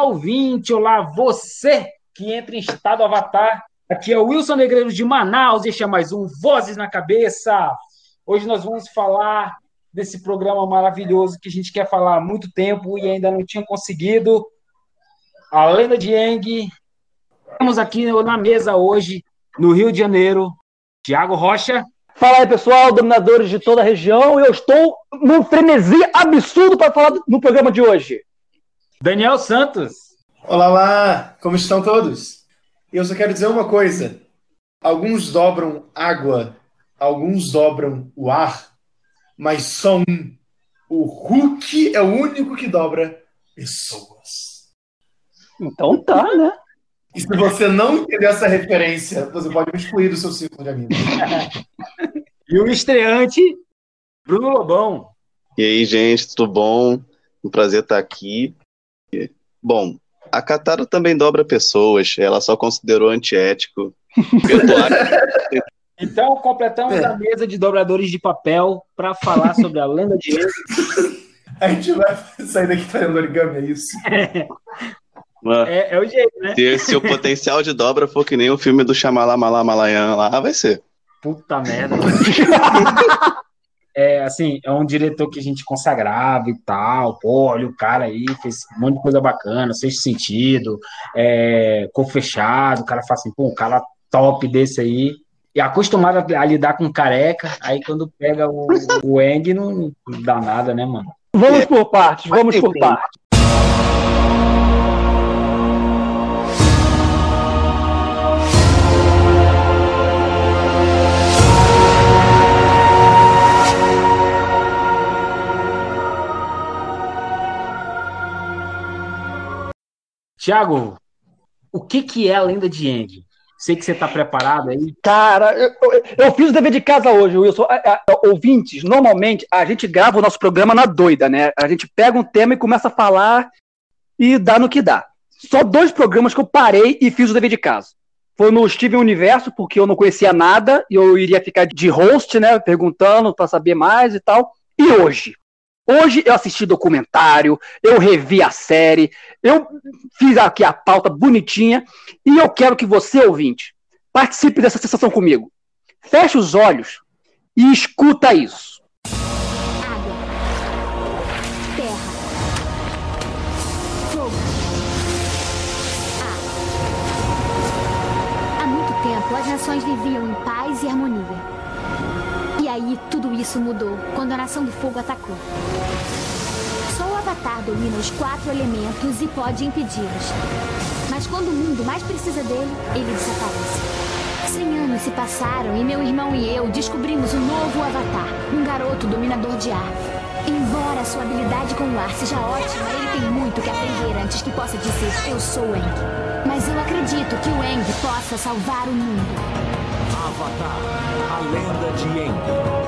ouvinte, olá você que entra em estado avatar. Aqui é o Wilson Negreiros de Manaus, este é mais um Vozes na Cabeça. Hoje nós vamos falar desse programa maravilhoso que a gente quer falar há muito tempo e ainda não tinha conseguido, A Lenda de Aang. Temos aqui na mesa hoje, no Rio de Janeiro, Thiago Rocha. Fala aí, pessoal, dominadores de toda a região. Eu estou num frenesi absurdo para falar no programa de hoje. Daniel Santos. Olá, como estão todos? Eu só quero dizer uma coisa. Alguns dobram água, alguns dobram o ar, mas só um. O Hulk é o único que dobra pessoas. Então tá, né? E se você não entender essa referência, você pode me excluir do seu círculo de amigos. E o estreante, Bruno Lobão. E aí, gente, tudo bom? Um prazer estar aqui. Bom, a Katara também dobra pessoas, ela só considerou antiético. Então, completamos a mesa de dobradores de papel para falar sobre a Lenda de Aang. A gente vai sair daqui fazendo origami, é isso? É o jeito, né? Se o potencial de dobra for que nem o filme do Shyamalan lá, vai ser. Puta merda. Assim, é um diretor que a gente consagrava e tal. Pô, olha o cara aí, fez um monte de coisa bacana, Sexto Sentido, Corpo Fechado. O cara fala assim, pô, um cara top desse aí. E acostumado a lidar com careca, aí quando pega o Aang, não dá nada, né, mano? Vamos por partes. Tiago, o que é a Lenda de Aang? Sei que você está preparado aí. Cara, eu fiz o dever de casa hoje, Wilson. Ouvintes, normalmente a gente grava o nosso programa na doida, né? A gente pega um tema e começa a falar e dá no que dá. Só 2 programas que eu parei e fiz o dever de casa. Foi no Steven Universo, porque eu não conhecia nada e eu iria ficar de host, né? Perguntando para saber mais e tal. E hoje? Hoje eu assisti documentário, eu revi a série, eu fiz aqui a pauta bonitinha e eu quero que você, ouvinte, participe dessa sensação comigo. Feche os olhos e escuta isso. Água, terra, fogo, ar. Há muito tempo as nações viviam em paz e harmonia. E aí tudo isso mudou quando a Nação do Fogo atacou. Só o Avatar domina os 4 elementos e pode impedi-los. Mas quando o mundo mais precisa dele, ele desaparece. 100 anos se passaram e meu irmão e eu descobrimos um novo Avatar, um garoto dominador de ar. Embora a sua habilidade com o ar seja ótima, ele tem muito que aprender antes que possa dizer eu sou Aang. Mas eu acredito que o Aang possa salvar o mundo. Avatar, a Lenda de Aang.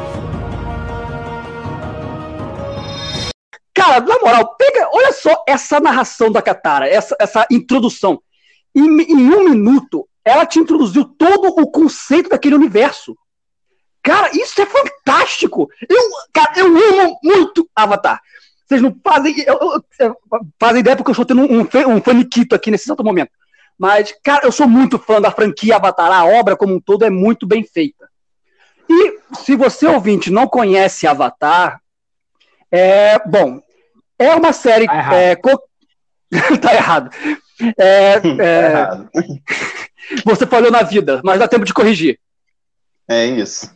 Cara, na moral, olha só essa narração da Katara, essa introdução. Em 1 minuto, ela te introduziu todo o conceito daquele universo. Cara, isso é fantástico! Eu amo muito Avatar. Vocês não fazem ideia porque eu estou tendo um faniquito aqui nesse exato momento. Mas, cara, eu sou muito fã da franquia Avatar. A obra como um todo é muito bem feita. E se você, ouvinte, não conhece Avatar, bom, é uma série... Tá errado. Tá errado. Errado. Você falhou na vida, mas dá tempo de corrigir. É isso.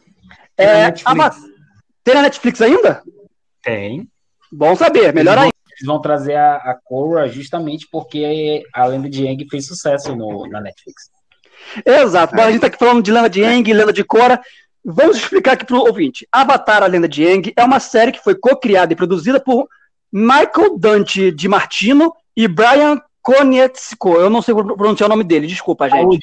Tem na Netflix ainda? Tem. Bom saber, melhor ainda. Eles vão trazer a Korra justamente porque a Lenda de Aang fez sucesso na Netflix. Exato. Bom, a gente tá aqui falando de Lenda de Aang, Lenda de Korra. Vamos explicar aqui pro ouvinte. Avatar, a Lenda de Aang, é uma série que foi co-criada e produzida por Michael Dante de Martino e Brian Konietzko. Eu não sei pronunciar o nome dele, desculpa, gente.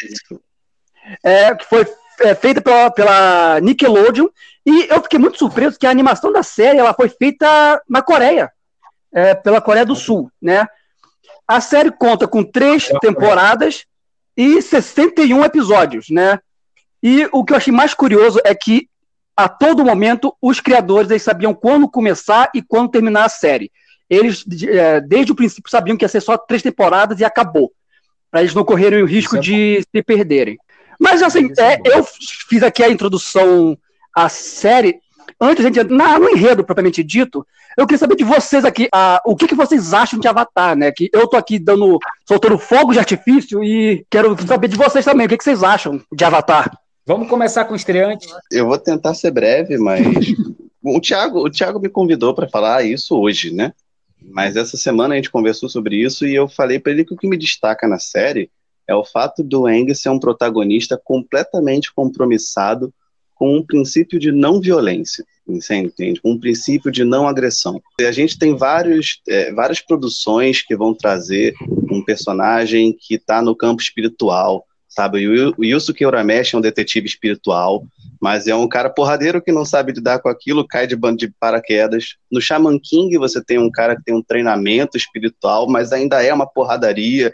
Que foi feita pela Nickelodeon. E eu fiquei muito surpreso que a animação da série ela foi feita na Coreia. Pela Coreia do Sul, né? A série conta com 3 temporadas e 61 episódios, né? E o que eu achei mais curioso é que a todo momento os criadores eles sabiam quando começar e quando terminar a série. eles, desde o princípio, sabiam que ia ser só 3 temporadas e acabou. Para eles não correrem o risco de se perderem. Mas, assim, eu fiz aqui a introdução à série. Antes, no enredo propriamente dito, eu queria saber de vocês aqui, o que vocês acham de Avatar, né? Que eu tô aqui soltando fogo de artifício e quero saber de vocês também, o que vocês acham de Avatar? Vamos começar com o estreante. Eu vou tentar ser breve, mas o Thiago me convidou para falar isso hoje, né? Mas essa semana a gente conversou sobre isso e eu falei para ele que o que me destaca na série é o fato do Aang ser um protagonista completamente compromissado com um princípio de não violência, você entende? Com um princípio de não agressão. E a gente tem várias produções que vão trazer um personagem que está no campo espiritual, sabe? O Yusuke Urameshi é um detetive espiritual, mas é um cara porradeiro que não sabe lidar com aquilo, cai de paraquedas. No Shaman King você tem um cara que tem um treinamento espiritual, mas ainda é uma porradaria.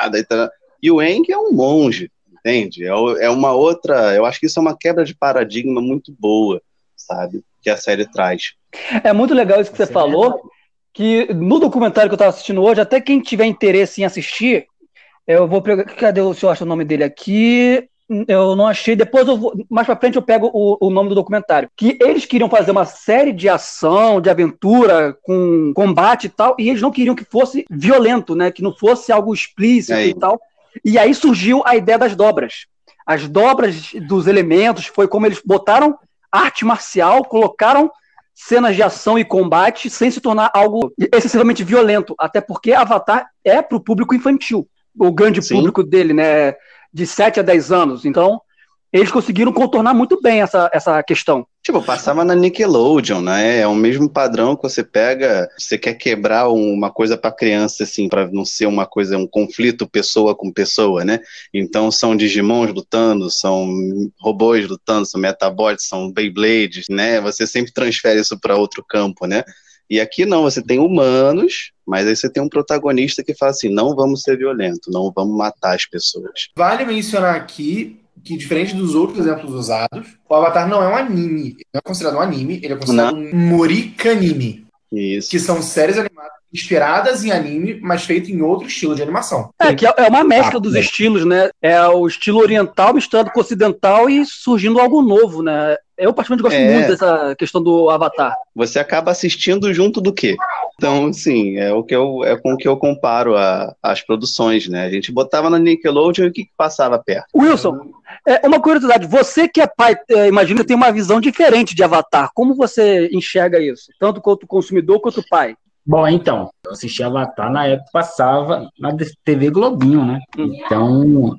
E o Aang é um monge, entende? É uma outra... Eu acho que isso é uma quebra de paradigma muito boa, sabe? Que a série traz. É muito legal isso que você falou, que no documentário que eu estava assistindo hoje, até quem tiver interesse em assistir, eu vou pegar... Cadê se eu acho o nome dele aqui? Eu não achei. Depois, mais pra frente, eu pego o nome do documentário. Que eles queriam fazer uma série de ação, de aventura, com combate e tal, e eles não queriam que fosse violento, né? Que não fosse algo explícito e tal. E aí surgiu a ideia das dobras. As dobras dos elementos foi como eles botaram arte marcial, colocaram cenas de ação e combate sem se tornar algo excessivamente violento. Até porque Avatar é pro público infantil. O grande público dele, né? De 7 a 10 anos. Então, eles conseguiram contornar muito bem essa questão. Tipo, passava na Nickelodeon, né? É o mesmo padrão que você pega, você quer quebrar uma coisa pra criança, assim, pra não ser uma coisa, um conflito pessoa com pessoa, né? Então são Digimons lutando, são robôs lutando, são Metabots, são Beyblades, né? Você sempre transfere isso pra outro campo, né? E aqui não, você tem humanos, mas aí você tem um protagonista que fala assim, não vamos ser violentos, não vamos matar as pessoas. Vale mencionar aqui que, diferente dos outros exemplos usados, o Avatar não é um anime. Ele não é considerado um anime, ele é considerado um morikanime. Isso. Que são séries animadas inspiradas em anime, mas feitas em outro estilo de animação. Que é uma mescla dos estilos, né? É o estilo oriental misturado com o ocidental e surgindo algo novo, né? Eu particularmente gosto muito dessa questão do Avatar. Você acaba assistindo junto do quê? Então, assim, é com o que eu comparo as produções, né? A gente botava na Nickelodeon e o que passava perto. Wilson, uma curiosidade. Você que é pai, imagino que tem uma visão diferente de Avatar. Como você enxerga isso? Tanto quanto consumidor, quanto pai? Bom, então, eu assisti Avatar na época que passava na TV Globinho, né? Então,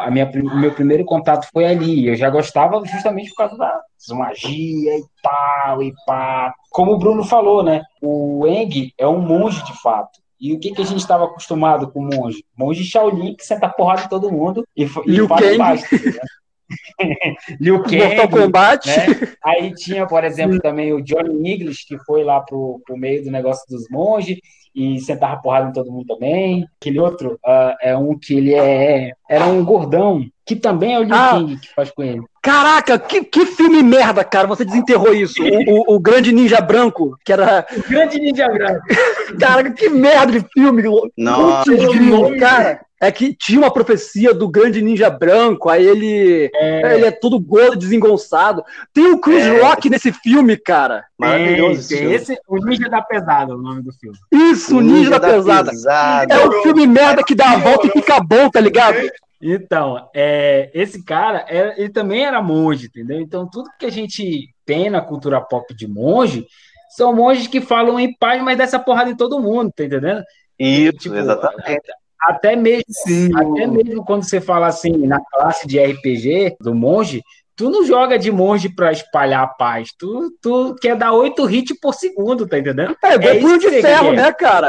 o meu primeiro contato foi ali. Eu já gostava justamente por causa da magia e tal, e pá. Como o Bruno falou, né? O Aang é um monge de fato. E o que a gente estava acostumado com o monge? Monge Shaolin, que senta porrada em todo mundo e faz basta, né? Liu Kang, Mortal Kombat, né? Aí tinha, por exemplo, também o Johnny English, que foi lá pro meio do negócio dos monges e sentava porrada em todo mundo também. Aquele outro é um que ele era um gordão, que também é o Liu Kang que faz com ele. Caraca, que filme merda, cara. Você desenterrou isso. O Grande Ninja Branco, que era... O Grande Ninja Branco. Caraca, que merda de filme. Nossa, cara. É que tinha uma profecia do Grande Ninja Branco, aí ele é todo gordo, desengonçado. Tem o Chris Rock nesse filme, cara. Maravilhoso. O Ninja da Pesada, o nome do filme. Isso, o Ninja da Pesada. É um filme merda que dá a volta e fica bom, tá ligado? Então, esse cara, ele também era monge, entendeu? Então, tudo que a gente tem na cultura pop de monge, são monges que falam em paz, mas dessa porrada em todo mundo, tá entendendo? Isso, tipo, exatamente. Até mesmo quando você fala assim, na classe de RPG do monge, tu não joga de monge pra espalhar a paz, tu quer dar 8 hits por segundo, tá entendendo? Punho de ferro, né, cara?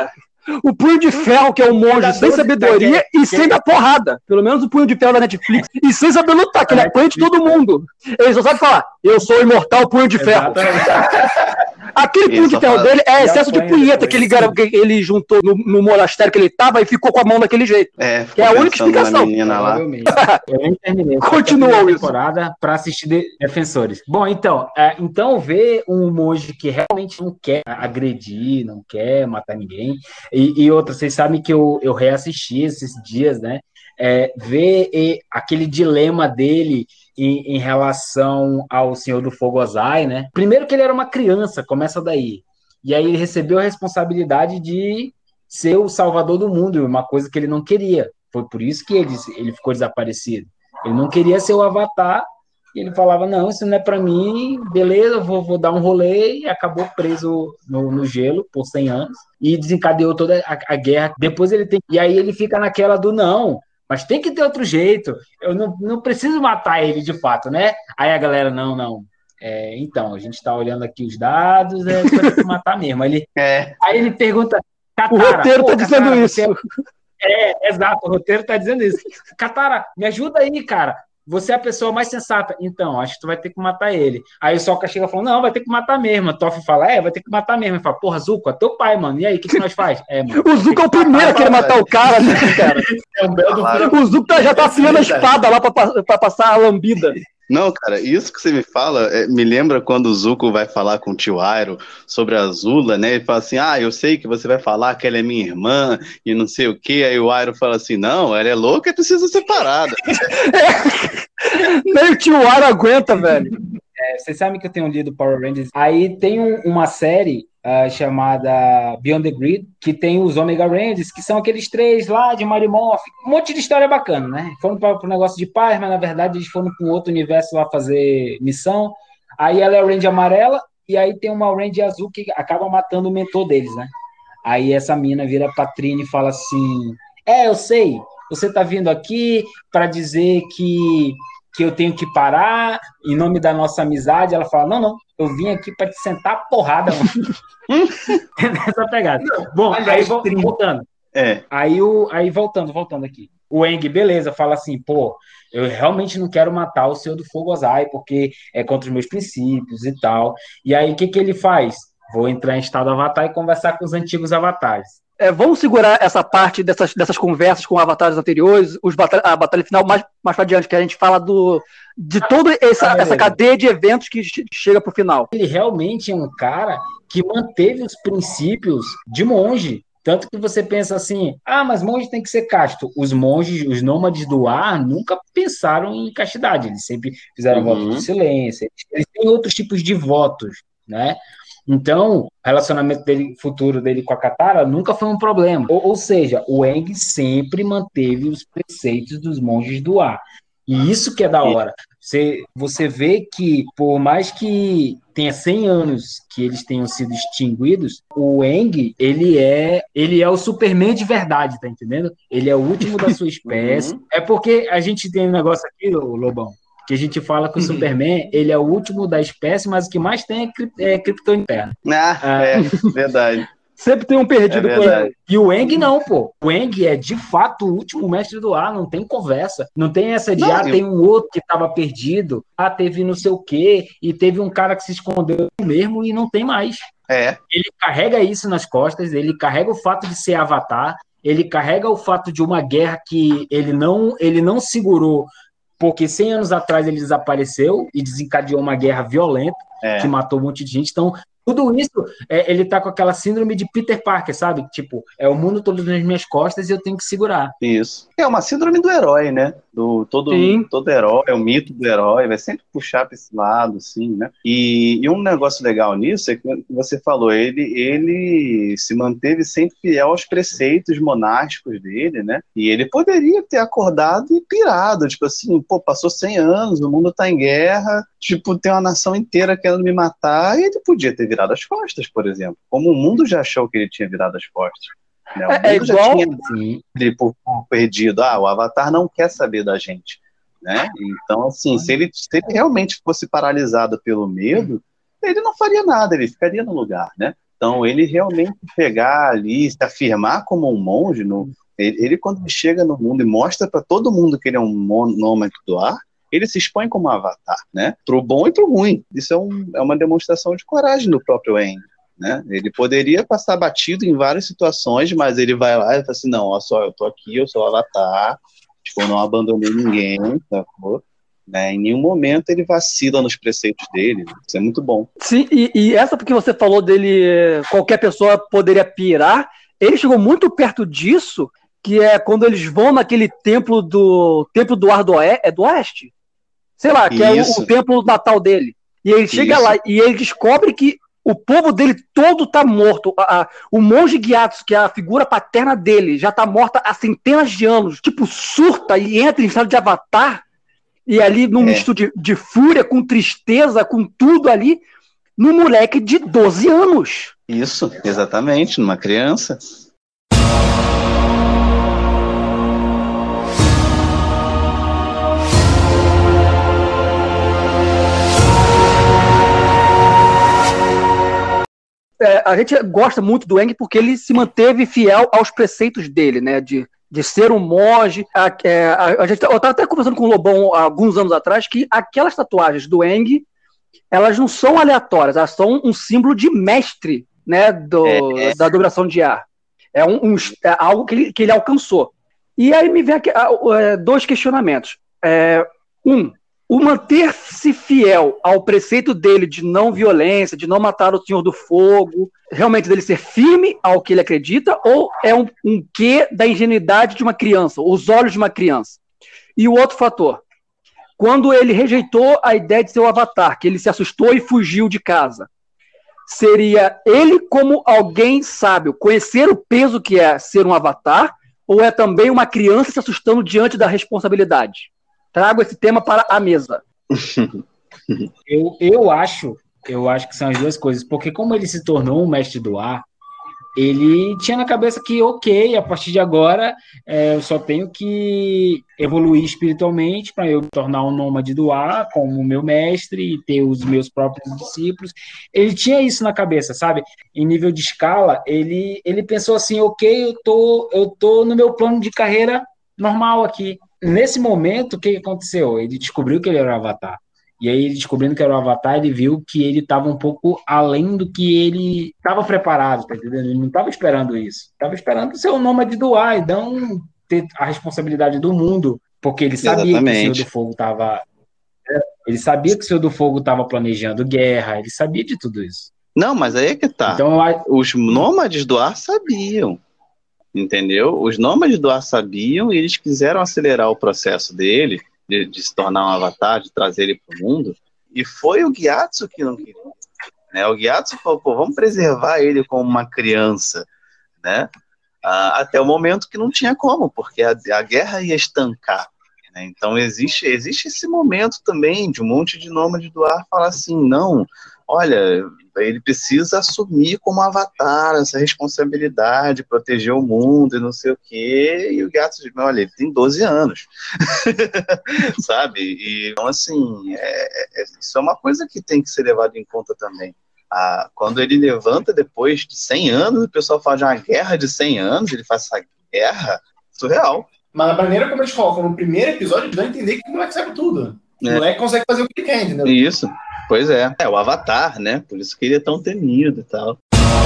O Punho de Ferro, que é um monge sem sabedoria e sem dar porrada. Pelo menos o Punho de Ferro da Netflix. E sem saber lutar, que ele apanha de todo mundo. Ele só sabe falar, eu sou o imortal Punho de Ferro. Aquele Punho de Ferro dele é excesso de punheta que ele juntou no monastério que ele tava e ficou com a mão daquele jeito. Que é a única explicação. Eu nem terminei. Continua a temporada para assistir Defensores. Bom, então ver um monge que realmente não quer agredir, não quer matar ninguém. E outra, vocês sabem que eu reassisti esses dias, né? Ver aquele dilema dele em relação ao Senhor do Fogo Ozai, né? Primeiro que ele era uma criança, começa daí. E aí ele recebeu a responsabilidade de ser o salvador do mundo, uma coisa que ele não queria. Foi por isso que ele ficou desaparecido. Ele não queria ser o Avatar, e ele falava, não, isso não é para mim, beleza, eu vou dar um rolê, e acabou preso no gelo por 100 anos, e desencadeou toda a guerra. Depois e aí ele fica naquela do não, mas tem que ter outro jeito, eu não preciso matar ele de fato, né? Aí a galera, não. Então, a gente está olhando aqui os dados, vai ter que matar mesmo. Aí ele pergunta, Katara, o roteiro tá dizendo isso. Exato, o roteiro tá dizendo isso. Katara, me ajuda aí, cara. Você é a pessoa mais sensata. Então, acho que tu vai ter que matar ele. Aí o Sokka chega falando, não, vai ter que matar mesmo. A Toph fala, vai ter que matar mesmo. Ele fala, porra, Zuko, é teu pai, mano. E aí, o que nós faz? Mano, o Zuko é o primeiro a querer matar o cara, né, cara? O Zuko já tá afiando a espada lá pra passar a lambida. Não, cara, isso que você me fala me lembra quando o Zuko vai falar com o tio Iroh sobre a Azula, né? Ele fala assim, eu sei que você vai falar que ela é minha irmã e não sei o quê. Aí o Iroh fala assim, não, ela é louca e precisa ser parada. Nem o tio Iroh aguenta, velho. Vocês sabem que eu tenho lido Power Rangers. Aí tem uma série chamada Beyond the Grid, que tem os Omega Rangers, que são aqueles 3 lá de Marimorph. Um monte de história bacana, né? Foram para o negócio de paz, mas na verdade eles foram para um outro universo lá fazer missão. Aí ela é a Ranger amarela, e aí tem uma Ranger azul que acaba matando o mentor deles, né? Aí essa mina vira pra Trini e fala assim, eu sei, você tá vindo aqui para dizer que eu tenho que parar em nome da nossa amizade. Ela fala, não, eu vim aqui para te sentar a porrada, mano. Nessa pegada. Não, bom, aí voltando. Aí voltando aqui. O Aang, beleza, fala assim, eu realmente não quero matar o Senhor do Fogo Ozai, porque é contra os meus princípios e tal. E aí, o que ele faz? Vou entrar em estado Avatar e conversar com os antigos avatares. Vamos segurar essa parte dessas conversas com avatares anteriores, a batalha final mais para adiante, que a gente fala de toda essa cadeia de eventos que chega pro final. Ele realmente é um cara que manteve os princípios de monge. Tanto que você pensa assim, mas monge tem que ser casto. Os monges, os nômades do ar, nunca pensaram em castidade. Eles sempre fizeram voto de silêncio. Eles têm outros tipos de votos, né? Então, o relacionamento futuro dele com a Katara nunca foi um problema. Ou seja, o Aang sempre manteve os preceitos dos monges do ar. E isso que é da hora. Você vê que, por mais que tenha 100 anos que eles tenham sido extinguidos, o Aang, ele é o Superman de verdade, tá entendendo? Ele é o último da sua espécie. É porque a gente tem um negócio aqui, Lobão, que a gente fala que o Superman, ele é o último da espécie, mas o que mais tem é Kryptonita. Verdade. Sempre tem um perdido por aí. E o Aang não, pô. O Aang é, de fato, o último mestre do ar, não tem conversa. Não tem essa de, tem um outro que estava perdido, teve não sei o quê, e teve um cara que se escondeu mesmo e não tem mais. Ele carrega isso nas costas, ele carrega o fato de ser Avatar, ele carrega o fato de uma guerra que ele não segurou, porque 100 anos atrás ele desapareceu e desencadeou uma guerra violenta que matou um monte de gente. Então, tudo isso, ele tá com aquela síndrome de Peter Parker, sabe? Tipo, o mundo todo nas minhas costas e eu tenho que segurar. Isso. É uma síndrome do herói, né? Todo herói, é o mito do herói, vai sempre puxar para esse lado, assim, né? E um negócio legal nisso é que você falou, ele se manteve sempre fiel aos preceitos monásticos dele, né? E ele poderia ter acordado e pirado, tipo assim, passou 100 anos, o mundo tá em guerra, tipo, tem uma nação inteira querendo me matar, e ele podia ter virado as costas, por exemplo. Como o mundo já achou que ele tinha virado as costas. Né? O mundo já tinha ele por perdido. O Avatar não quer saber da gente. Né? Então, assim, se ele realmente fosse paralisado pelo medo, ele não faria nada, ele ficaria no lugar, né? Então, ele realmente pegar ali, se afirmar como um monge, ele quando ele chega no mundo e mostra para todo mundo que ele é um nômade do ar, ele se expõe como um avatar, né? Pro bom e pro ruim. Isso é uma demonstração de coragem do próprio Aang, né? Ele poderia passar batido em várias situações, mas ele vai lá e fala assim, não, ó só, eu tô aqui, eu sou o avatar, tipo, eu não abandonei ninguém, sacou? Né? Em nenhum momento ele vacila nos preceitos dele. Isso é muito bom. Sim, e essa porque você falou dele, qualquer pessoa poderia pirar, ele chegou muito perto disso, que é quando eles vão naquele templo do ar do Oeste? Sei lá, que Isso. é o templo natal dele. E ele chega lá e ele descobre que o povo dele todo tá morto. O monge Gyatso, que é a figura paterna dele, já tá morta há centenas de anos. Tipo, surta e entra em estado de avatar. E ali, num misto de fúria, com tristeza, com tudo ali, num moleque de 12 anos. Isso, exatamente, numa criança. A gente gosta muito do Aang porque ele se manteve fiel aos preceitos dele, né? De ser um monge. Eu estava até conversando com o Lobão há alguns anos atrás que aquelas tatuagens do Aang, elas não são aleatórias, elas são um símbolo de mestre, né? Da dobração de ar. É algo que ele alcançou. E aí me vem aqui, dois questionamentos. O manter-se fiel ao preceito dele de não violência, de não matar o Senhor do Fogo, realmente dele ser firme ao que ele acredita, ou é um quê da ingenuidade de uma criança, os olhos de uma criança? E o outro fator, quando ele rejeitou a ideia de ser o avatar, que ele se assustou e fugiu de casa, seria ele como alguém sábio, conhecer o peso que é ser um avatar, ou é também uma criança se assustando diante da responsabilidade? Trago esse tema para a mesa. Eu acho que são as duas coisas, porque como ele se tornou um mestre do ar, ele tinha na cabeça que, ok, a partir de agora eu só tenho que evoluir espiritualmente para eu me tornar um nômade do ar como meu mestre e ter os meus próprios discípulos. Ele tinha isso na cabeça, sabe? Em nível de escala, ele pensou assim, ok, eu tô no meu plano de carreira normal aqui. Nesse momento, o que aconteceu? Ele descobriu que ele era o Avatar. E aí, ele descobrindo que era o Avatar, ele viu que ele estava um pouco além do que ele estava preparado, tá entendendo? Ele não estava esperando isso. Estava esperando ser o nômade do ar e não ter a responsabilidade do mundo, porque ele sabia que o Senhor do Fogo estava... Ele sabia que o Senhor do Fogo estava planejando guerra, ele sabia de tudo isso. Não, mas aí é que tá. Então, os nômades do ar sabiam. Entendeu? Os nômades do ar sabiam e eles quiseram acelerar o processo dele, de se tornar um avatar, de trazer ele para o mundo, e foi o Gyatso que não queria. Né? O Gyatso falou, vamos preservar ele como uma criança, né? Até o momento que não tinha como, porque a guerra ia estancar. Né? Então existe esse momento também de um monte de nômades do ar falar assim, não, olha, ele precisa assumir como avatar essa responsabilidade, proteger o mundo e não sei o quê, e o Gyatso diz, olha, ele tem 12 anos, sabe? E, então, assim, isso é uma coisa que tem que ser levado em conta também. Quando ele levanta depois de 100 anos, o pessoal fala de uma guerra de 100 anos, ele faz essa guerra surreal. Mas a maneira como eles colocam no primeiro episódio, dá a entender que o moleque sabe tudo. O moleque consegue fazer o que ele quer, entendeu? Isso. Pois é o Avatar, né? Por isso que ele é tão temido e tal.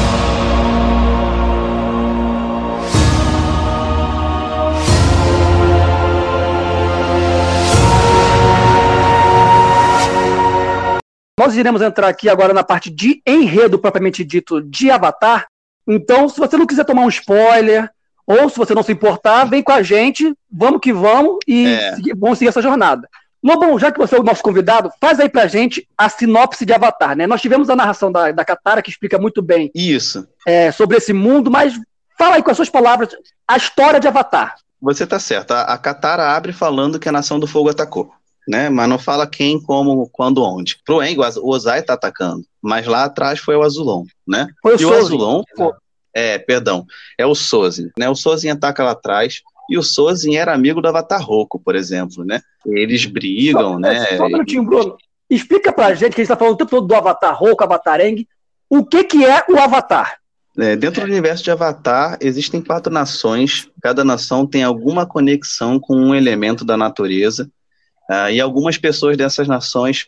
Nós iremos entrar aqui agora na parte de enredo propriamente dito de Avatar. Então, se você não quiser tomar um spoiler, ou se você não se importar, vem com a gente, vamos que vamos, e vamos seguir essa jornada. Lobão, já que você é o nosso convidado, faz aí pra gente a sinopse de Avatar, né? Nós tivemos a narração da Katara, que explica muito bem isso. Sobre esse mundo, mas fala aí com as suas palavras a história de Avatar. Você tá certo. A Katara abre falando que a Nação do Fogo atacou, né? Mas não fala quem, como, quando, onde. Pro Aang, o Ozai tá atacando, mas lá atrás foi o Azulon, né? Foi o Sozin. O Azulon... é o Sozin, né? O Sozin ataca lá atrás, e o Sozin era amigo do Avatar Roku, por exemplo, né? Eles brigam, né? Só um minutinho, Bruno. Explica pra gente, que a gente tá falando o tempo todo do Avatar Roku, Avatar Aang. O que é o Avatar? Dentro do universo de Avatar, existem 4 nações. Cada nação tem alguma conexão com um elemento da natureza. E algumas pessoas dessas nações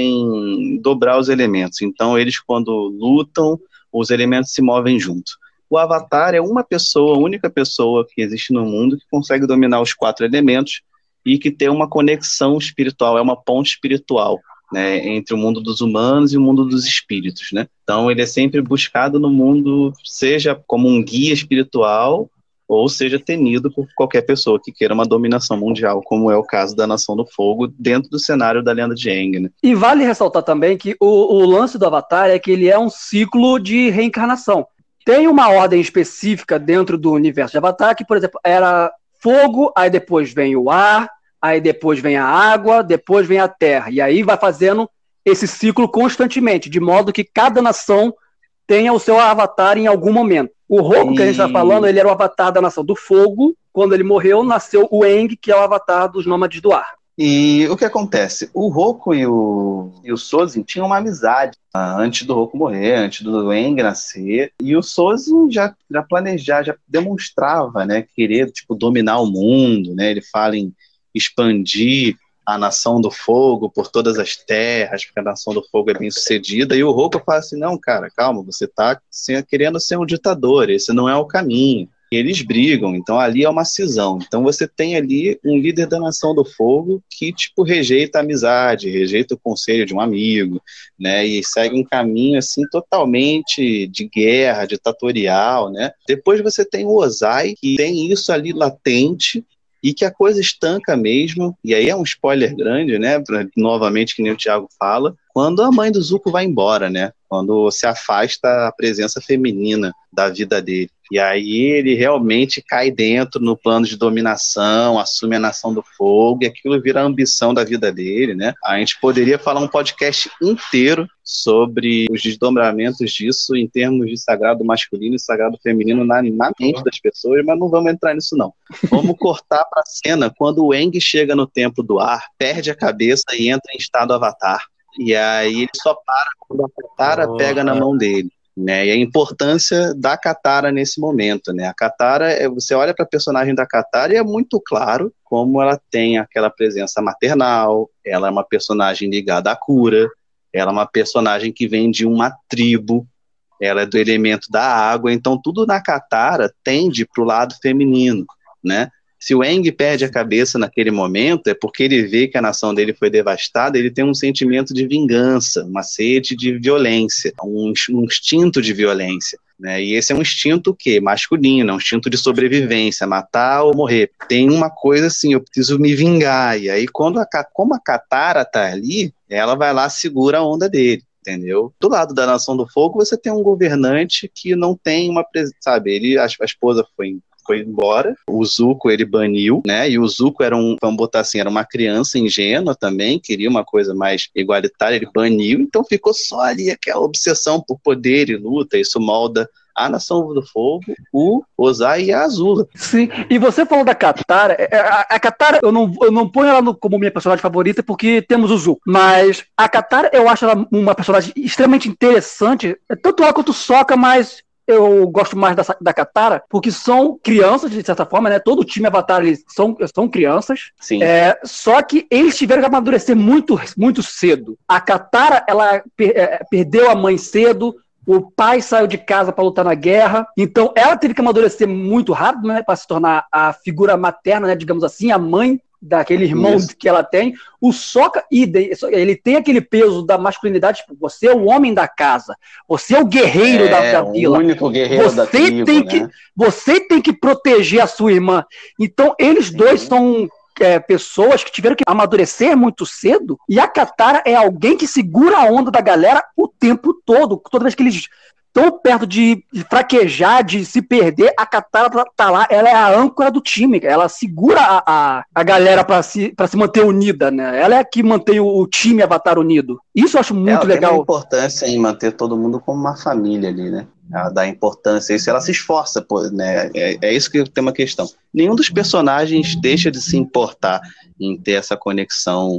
podem dobrar os elementos. Então, eles, quando lutam, os elementos se movem junto. O Avatar é uma pessoa, a única pessoa que existe no mundo que consegue dominar os 4 elementos e que tem uma conexão espiritual, é uma ponte espiritual, né, entre o mundo dos humanos e o mundo dos espíritos, né? Então ele é sempre buscado no mundo, seja como um guia espiritual, ou seja temido por qualquer pessoa que queira uma dominação mundial, como é o caso da Nação do Fogo, dentro do cenário da Lenda de Aang, né? E vale ressaltar também que o lance do Avatar é que ele é um ciclo de reencarnação. Tem uma ordem específica dentro do universo de Avatar, que, por exemplo, era fogo, aí depois vem o ar, aí depois vem a água, depois vem a terra. E aí vai fazendo esse ciclo constantemente, de modo que cada nação tenha o seu avatar em algum momento. O Roku, que a gente está falando, ele era o avatar da Nação do Fogo. Quando ele morreu, nasceu o Aang, que é o avatar dos Nômades do Ar. E o que acontece? O Roku e o Sozin tinham uma amizade antes do Roku morrer, antes do Aang nascer. E o Sozin já planejava, já demonstrava, né, querer dominar o mundo, né? Ele fala em expandir a Nação do Fogo por todas as terras, porque a Nação do Fogo é bem sucedida, e o Roku fala assim, não, cara, calma, você está querendo ser um ditador, esse não é o caminho. E eles brigam, então ali é uma cisão. Então você tem ali um líder da Nação do Fogo que, rejeita a amizade, rejeita o conselho de um amigo, né, e segue um caminho, assim, totalmente de guerra, ditatorial, né. Depois você tem o Ozai, que tem isso ali latente, e que a coisa estanca mesmo, e aí é um spoiler grande, né, novamente, que nem o Thiago fala, quando a mãe do Zuko vai embora, né, quando se afasta a presença feminina da vida dele. E aí ele realmente cai dentro no plano de dominação, assume a Nação do Fogo, e aquilo vira a ambição da vida dele, né? A gente poderia falar um podcast inteiro sobre os desdobramentos disso em termos de sagrado masculino e sagrado feminino na mente das pessoas, mas não vamos entrar nisso não. Vamos cortar para a cena quando o Aang chega no Templo do Ar, perde a cabeça e entra em estado avatar. E aí ele só para quando a Katara pega na mão dele, né? E a importância da Katara nesse momento, né? A Katara, você olha para a personagem da Katara e é muito claro como ela tem aquela presença maternal, ela é uma personagem ligada à cura, ela é uma personagem que vem de uma tribo, ela é do elemento da água, então tudo na Katara tende para o lado feminino, né? Se o Aang perde a cabeça naquele momento, é porque ele vê que a nação dele foi devastada, ele tem um sentimento de vingança, uma sede de violência, um instinto de violência, né? E esse é um instinto masculino, é um instinto de sobrevivência, matar ou morrer. Tem uma coisa assim, eu preciso me vingar, e aí como a Katara tá ali, ela vai lá, segura a onda dele. Entendeu? Do lado da Nação do Fogo, você tem um governante que não tem uma presença, sabe? A esposa foi embora, o Zuko ele baniu, né, e o Zuko vamos botar assim, era uma criança ingênua também, queria uma coisa mais igualitária, ele baniu, então ficou só ali aquela obsessão por poder e luta, isso molda a Nação do Fogo, o Ozai e a Azula. Sim, e você falou da Katara, a Katara eu não ponho ela como minha personagem favorita porque temos o Zuko, mas a Katara eu acho ela uma personagem extremamente interessante, tanto ela quanto o Sokka, mas eu gosto mais da Katara, porque são crianças, de certa forma, né? Todo o time Avatar eles são crianças. Sim. Só que eles tiveram que amadurecer muito, muito cedo. A Katara, ela perdeu a mãe cedo, o pai saiu de casa para lutar na guerra, então ela teve que amadurecer muito rápido, né? Para se tornar a figura materna, né? Digamos assim, a mãe daquele irmão que ela tem. O Sokka, ele tem aquele peso da masculinidade, tipo, você é o homem da casa, você é o guerreiro da vila, o único guerreiro da tribo, né? Você tem que proteger a sua irmã. Então eles dois são pessoas que tiveram que amadurecer muito cedo, e a Katara é alguém que segura a onda da galera o tempo todo, toda vez que eles tão perto de fraquejar, de se perder, a Katara tá lá, ela é a âncora do time, ela segura a galera pra se manter unida, né? Ela é a que mantém o time Avatar unido. Isso eu acho muito legal. Tem uma importância em manter todo mundo como uma família ali, né? Ela dá importância a isso, ela se esforça, né? É isso que tem uma questão. Nenhum dos personagens deixa de se importar em ter essa conexão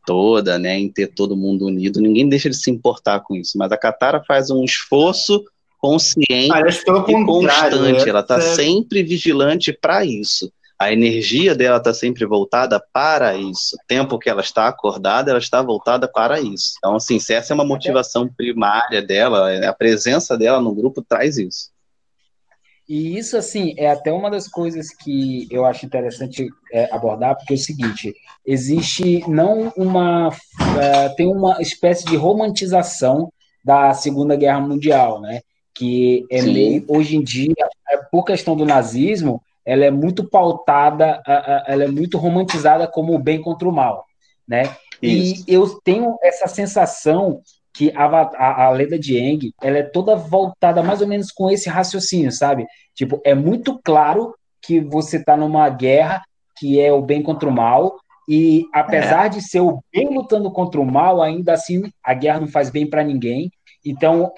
toda, né, em ter todo mundo unido. Ninguém deixa de se importar com isso, mas a Katara faz um esforço consciente Aliás, pelo e contrário, constante. Ela está essa- sempre vigilante para isso. A energia dela está sempre voltada para isso. O tempo que ela está acordada, ela está voltada para isso. Então, assim, se essa é uma motivação primária dela, a presença dela no grupo traz isso. E isso, assim, é até uma das coisas que eu acho interessante abordar, porque é o seguinte, existe não uma... tem uma espécie de romantização da Segunda Guerra Mundial, né? Que é meio, Sim, hoje em dia, por questão do nazismo, ela é muito pautada, ela é muito romantizada como o bem contra o mal, né? E isso. eu tenho essa sensação que a Lenda de Aang, ela é toda voltada mais ou menos com esse raciocínio, sabe? Tipo, é muito claro que você está numa guerra que é o bem contra o mal, e É, apesar de ser o bem lutando contra o mal, ainda assim a guerra não faz bem para ninguém. Então,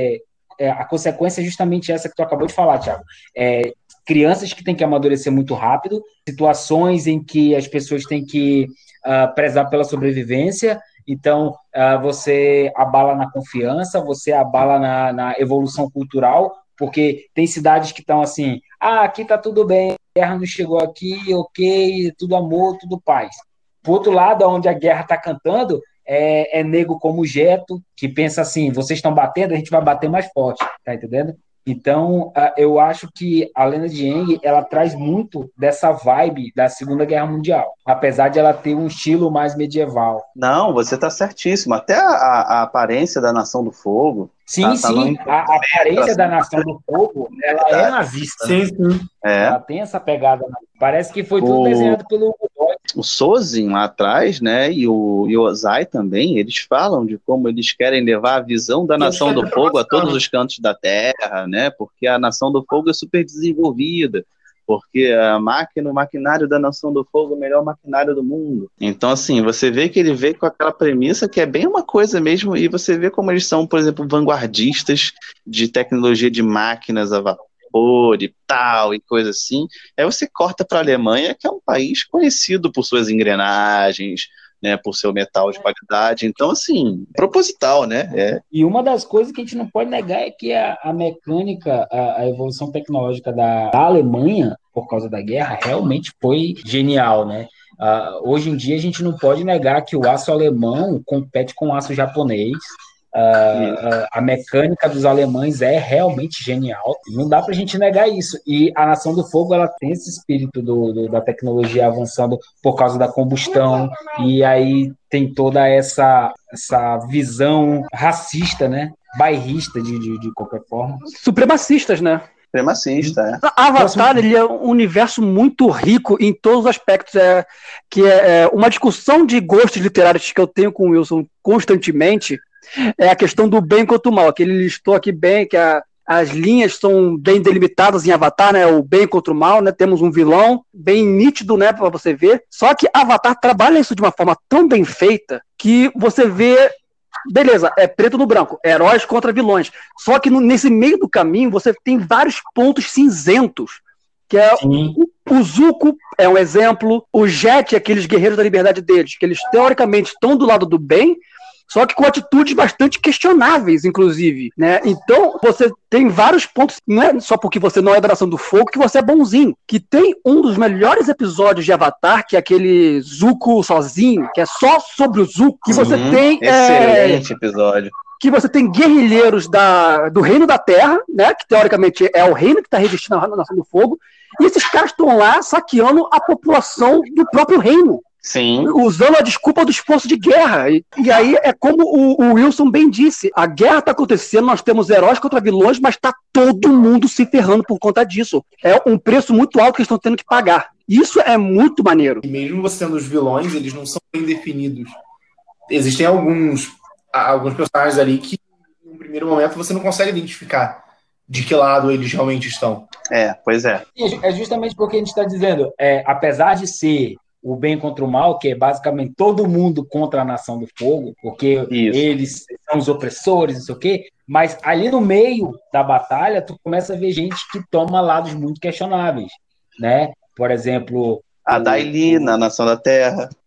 a consequência é justamente essa que tu acabou de falar, Thiago. Crianças que têm que amadurecer muito rápido, situações em que as pessoas têm que prezar pela sobrevivência. Então, você abala na confiança, você abala na evolução cultural, porque tem cidades que estão assim, aqui tá tudo bem, a guerra não chegou aqui, ok, tudo amor, tudo paz. Por outro lado, onde a guerra está cantando, é nego como o Geto, que pensa assim, vocês estão batendo, a gente vai bater mais forte, tá entendendo? Então, eu acho que a Lenda de Aang, ela traz muito dessa vibe da Segunda Guerra Mundial, apesar de ela ter um estilo mais medieval. não, você está certíssimo. Até a aparência da Nação do Fogo Sim, tá no sim, a aparência da Nação do Fogo, ela é verdade. nazista, né? Sim, sim. É. Ela tem essa pegada. Parece que foi tudo O, desenhado pelo Godoy. o Sozin lá atrás, né, e o Ozai também, eles falam de como eles querem levar a visão da E eles Nação do fazem Fogo a todos promoção, os cantos da Terra, né, porque a Nação do Fogo é super desenvolvida, porque o maquinário da Nação do Fogo é o melhor maquinário do mundo. Então, assim, você vê que ele veio com aquela premissa que é bem uma coisa mesmo, e você vê como eles são, por exemplo, vanguardistas de tecnologia de máquinas a vapor e tal, e coisa assim. Aí você corta para a Alemanha, que é um país conhecido por suas engrenagens, né, por seu metal de qualidade. Então, assim, proposital, né? E uma das coisas que a gente não pode negar é que a mecânica, a evolução tecnológica da Alemanha, por causa da guerra, realmente foi genial, né? Hoje em dia a gente não pode negar que o aço alemão compete com o aço japonês. A mecânica dos alemães é realmente genial. Não dá para a gente negar isso. E a Nação do Fogo, ela tem esse espírito da tecnologia avançando por causa da combustão. E aí tem toda essa visão racista, né? Bairrista, de qualquer forma. Supremacistas, né? Supremacista, é. Avatar, ele é um universo muito rico em todos os aspectos, uma discussão de gostos literários que eu tenho com o Wilson constantemente, é a questão do bem contra o mal, que ele listou aqui bem, que as linhas são bem delimitadas em Avatar, né, o bem contra o mal, né, temos um vilão bem nítido, né, para você ver, só que Avatar trabalha isso de uma forma tão bem feita, que você vê, beleza, é preto no branco, heróis contra vilões, só que nesse meio do caminho você tem vários pontos cinzentos, que é o Zuko é um exemplo, o Jet, aqueles guerreiros da liberdade deles, que eles teoricamente estão do lado do bem, só que com atitudes bastante questionáveis, inclusive, né? Então, você tem vários pontos, não é só porque você não é da Nação do Fogo que você é bonzinho, que tem um dos melhores episódios de Avatar, que é aquele Zuko sozinho, que é só sobre o Zuko, que você tem... Excelente episódio. Que você tem guerrilheiros do Reino da Terra, né? Que teoricamente é o reino que está resistindo à Nação do Fogo, e esses caras estão lá saqueando a população do próprio reino. Sim. Usando a desculpa do esforço de guerra. E aí é como o Wilson bem disse, a guerra está acontecendo, nós temos heróis contra vilões, mas está todo mundo se ferrando por conta disso. É um preço muito alto que eles estão tendo que pagar. Isso é muito maneiro. E mesmo você tendo os vilões, eles não são bem definidos. Existem alguns personagens ali que, no primeiro momento, você não consegue identificar de que lado eles realmente estão. Pois é. É justamente porque a gente está dizendo, apesar de ser o bem contra o mal, que é basicamente todo mundo contra a Nação do Fogo, porque eles são os opressores, não sei o quê, mas ali no meio da batalha, tu começa a ver gente que toma lados muito questionáveis, né? Por exemplo... A Daili, na Nação da Terra.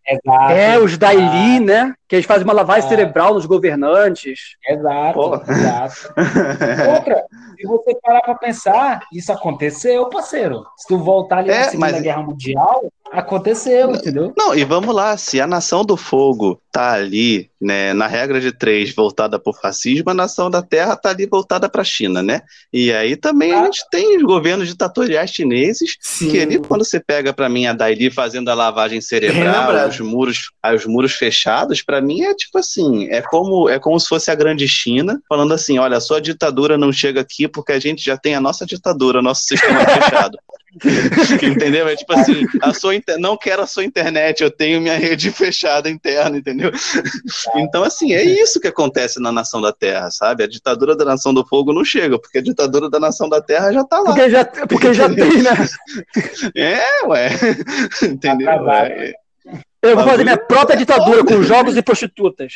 Exato. Os Daily, né? Que eles fazem uma lavagem cerebral nos governantes. Exato. Outra, se você parar pra pensar, isso aconteceu, parceiro. Se tu voltar ali na Segunda Guerra Mundial, aconteceu, entendeu? Não, e vamos lá, se a Nação do Fogo tá ali, né, na regra de 3, voltada pro fascismo, a Nação da Terra tá ali voltada pra China, né? E aí também a gente tem os governos ditatoriais chineses, que ali, quando você pega pra mim a Daili fazendo a lavagem cerebral, os muros fechados, pra mim é tipo assim, é como se fosse a grande China, falando assim, olha, a sua ditadura não chega aqui porque a gente já tem a nossa ditadura, nosso sistema fechado. Entendeu? É tipo assim, não quero a sua internet, eu tenho minha rede fechada interna, entendeu? Então, assim, é isso que acontece na Nação da Terra, sabe? A ditadura da Nação do Fogo não chega, porque a ditadura da Nação da Terra já tá lá. Porque já tem, né? Ué. Entendeu? Eu vou fazer minha própria ditadura com jogos e prostitutas.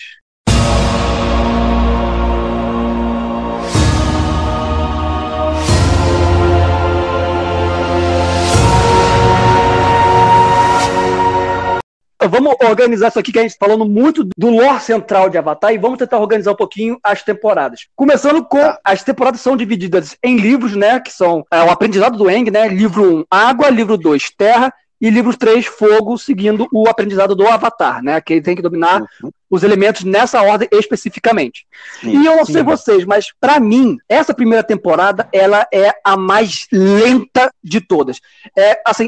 Vamos organizar isso aqui, que a gente está falando muito do lore central de Avatar, e vamos tentar organizar um pouquinho as temporadas. Começando com, as temporadas são divididas em livros, né, que são o aprendizado do Aang, né, livro 1, água, livro 2, terra, e livro 3, fogo, seguindo o aprendizado do Avatar, né, que ele tem que dominar os elementos nessa ordem especificamente. E eu não sei vocês, mas para mim, essa primeira temporada, ela é a mais lenta de todas. Assim,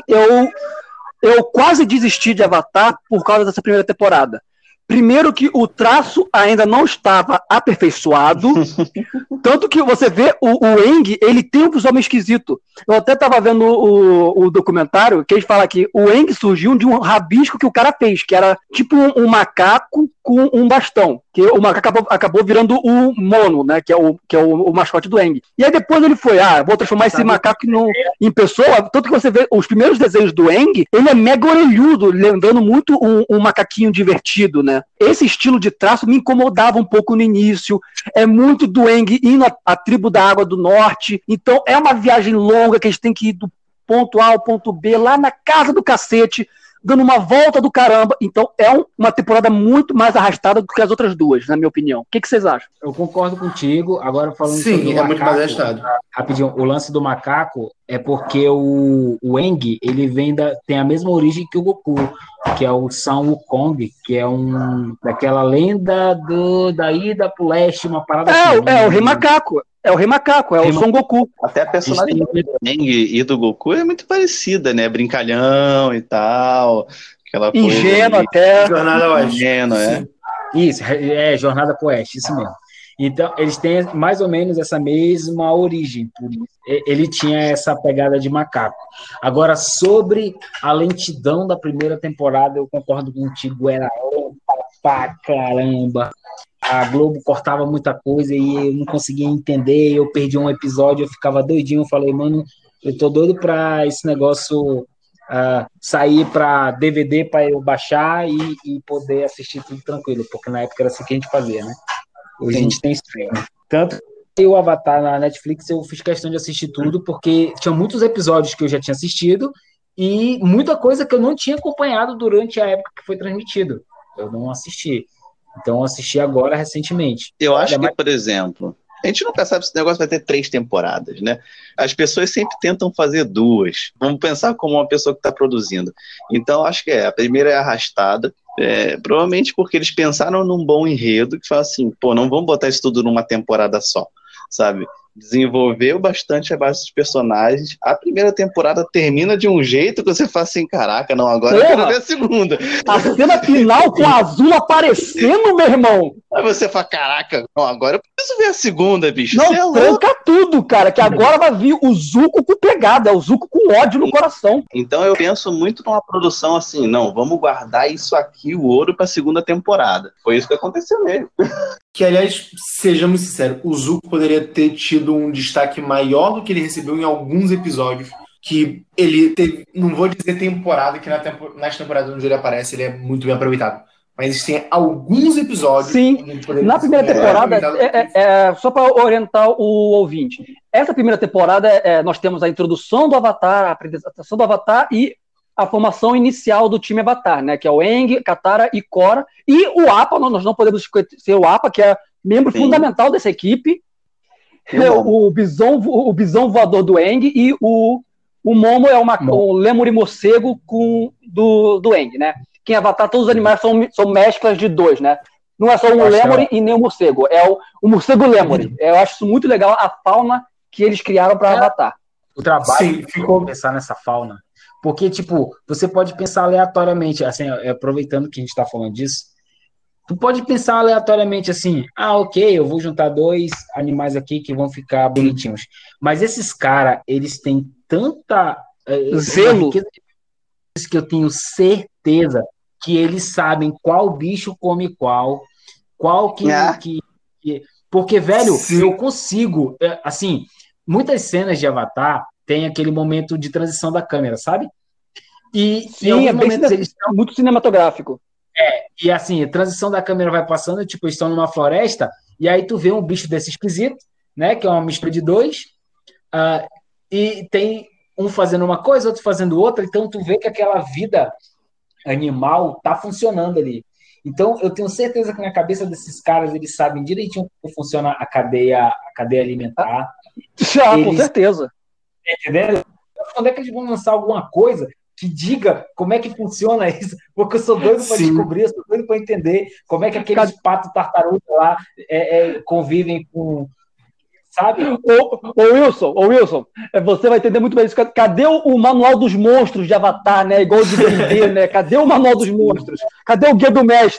eu quase desisti de Avatar por causa dessa primeira temporada. Primeiro que o traço ainda não estava aperfeiçoado, tanto que você vê o Aang, ele tem um visual meio esquisito. Eu até estava vendo o documentário, que ele fala que o Aang surgiu de um rabisco que o cara fez, que era tipo um macaco com um bastão, que o macaco acabou virando o Mono, né, que é o mascote do Aang. E aí depois ele foi, vou transformar esse macaco em pessoa, tanto que você vê os primeiros desenhos do Aang, ele é mega orelhudo, lembrando muito um macaquinho divertido, né. Esse estilo de traço me incomodava um pouco no início, é muito do Aang indo à tribo da Água do Norte, então é uma viagem longa que a gente tem que ir do ponto A ao ponto B, lá na casa do cacete, dando uma volta do caramba. Então é uma temporada muito mais arrastada do que as outras duas, na minha opinião. O que vocês acham? Eu concordo contigo. Agora falando sobre o macaco, muito mais arrastado. Rapidinho, o lance do macaco é porque o Aang, ele tem a mesma origem que o Goku, que é o Sun Wukong, que é daquela lenda da ida pro leste, uma parada assim. É o Rei Macaco. É o Rei Macaco, é o Son Goku. Até a personalidade do Aang e do Goku é muito parecida, né? Brincalhão e tal. Aquela coisa ingênuo até. Jornada Oeste. Ingênuo, Isso, Jornada pro Oeste, isso mesmo. Então, eles têm mais ou menos essa mesma origem, por isso ele tinha essa pegada de macaco. Agora, sobre a lentidão da primeira temporada, eu concordo contigo, era lenta pra caramba. A Globo cortava muita coisa e eu não conseguia entender, eu perdi um episódio, eu ficava doidinho, eu falei, mano, eu tô doido pra esse negócio sair pra DVD pra eu baixar e poder assistir tudo tranquilo, porque na época era assim que a gente fazia, né? Hoje a gente tem streaming. Tanto que o Avatar na Netflix eu fiz questão de assistir tudo, porque tinha muitos episódios que eu já tinha assistido e muita coisa que eu não tinha acompanhado durante a época que foi transmitido. Eu não assisti. Então, eu assisti agora, recentemente. Eu acho que, por exemplo, a gente nunca sabe se o negócio vai ter 3 temporadas, né? As pessoas sempre tentam fazer 2. Vamos pensar como uma pessoa que está produzindo. Então, acho que a primeira é arrastada, provavelmente porque eles pensaram num bom enredo, que fala assim, não vamos botar isso tudo numa temporada só, sabe? Desenvolveu bastante a base dos personagens. A primeira temporada termina de um jeito que você fala assim, caraca, não, agora eu quero ver a segunda. A cena final com a Azul aparecendo, meu irmão. Aí você fala, caraca, não, agora eu preciso ver a segunda, bicho. Não, tranca tudo, cara, que agora vai vir o Zuko com pegada, o Zuko com ódio no coração. Então eu penso muito numa produção assim, não, vamos guardar isso aqui, o ouro, pra segunda temporada. Foi isso que aconteceu mesmo. Que, aliás, sejamos sinceros, o Zuko poderia ter tido um destaque maior do que ele recebeu em alguns episódios, que ele teve, não vou dizer temporada, que nas temporadas onde ele aparece ele é muito bem aproveitado, mas existem alguns episódios... Sim, na primeira temporada, só para orientar o ouvinte, essa primeira temporada nós temos a introdução do Avatar, a apresentação do Avatar e a formação inicial do time Avatar, né? Que é o Aang, Katara e Korra. E o Appa, nós não podemos esquecer o Appa, que é membro fundamental dessa equipe. O bisão voador do Aang e o Momo é o lemur e morcego do Aang, né? Que em Avatar todos os animais são mesclas de dois, né? Não é só um lemur e nem um morcego, é o morcego lemur. Eu acho isso muito legal, a fauna que eles criaram para Avatar. O trabalho ficou pensar nessa fauna. Porque, tipo, você pode pensar aleatoriamente, assim, aproveitando que a gente está falando disso, tu pode pensar aleatoriamente assim, ok, eu vou juntar 2 animais aqui que vão ficar bonitinhos. Mas esses caras, eles têm tanta zelo que eu tenho certeza que eles sabem qual bicho come qual que... Porque, velho, eu consigo, assim, muitas cenas de Avatar tem aquele momento de transição da câmera, sabe? E em alguns momentos eles estão muito cinematográfico. E assim, a transição da câmera vai passando, tipo, eles estão numa floresta, e aí tu vê um bicho desse esquisito, né? Que é uma mistura de 2, e tem um fazendo uma coisa, outro fazendo outra, então tu vê que aquela vida animal tá funcionando ali. Então, eu tenho certeza que na cabeça desses caras, eles sabem direitinho como funciona a cadeia alimentar. Com certeza. Entendeu? Quando é que eles vão lançar alguma coisa que diga como é que funciona isso? Porque eu sou doido para descobrir, eu sou doido para entender como é que aqueles patos tartarugas lá convivem com... Sabe? Ô Wilson, você vai entender muito bem isso. Cadê o manual dos monstros de Avatar, né? Igual de D&D, né? Cadê o manual dos monstros? Cadê o guia do mestre?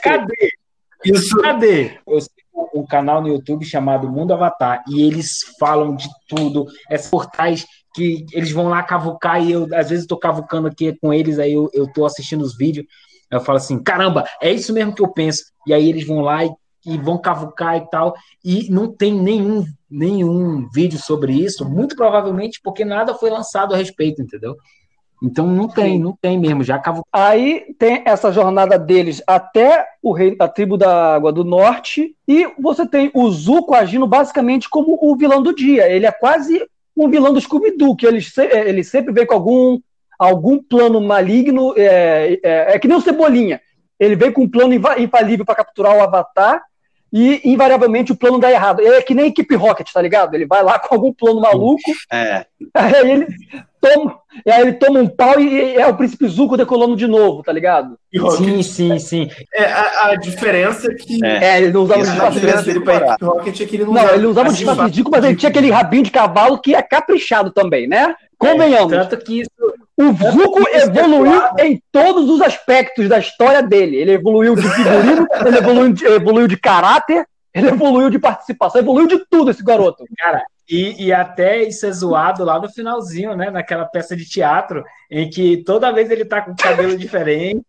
Cadê? Eu sigo um canal no YouTube chamado Mundo Avatar e eles falam de tudo. Esses portais que eles vão lá cavucar e eu, às vezes, estou cavucando aqui com eles, aí eu estou assistindo os vídeos, eu falo assim, caramba, é isso mesmo que eu penso. E aí eles vão lá e vão cavucar e tal, e não tem nenhum vídeo sobre isso, muito provavelmente porque nada foi lançado a respeito, entendeu? Então não tem mesmo, já cavucou. Aí tem essa jornada deles até a tribo da Água do Norte, e você tem o Zuko agindo basicamente como o vilão do dia. Ele é quase um vilão do Scooby-Doo, que ele sempre vem com algum plano maligno, é que nem o Cebolinha. Ele vem com um plano infalível para capturar o Avatar, e invariavelmente o plano dá errado. Ele é que nem a equipe Rocket, tá ligado? Ele vai lá com algum plano maluco, aí ele toma um pau e é o Príncipe Zuko decolando de novo, tá ligado? Sim. A diferença é que... ele não usava o disfarce dele pra equipe Rocket é que ele não ele usava o disfarce ridículo, mas ele tinha aquele rabinho de cavalo que é caprichado também, né? Convenhamos. Tanto que isso... O Zuko evoluiu em todos os aspectos da história dele. Ele evoluiu de figurino, ele evoluiu de caráter, ele evoluiu de participação, evoluiu de tudo esse garoto. Cara, e até isso é zoado lá no finalzinho, né? Naquela peça de teatro, em que toda vez ele tá com cabelo diferente.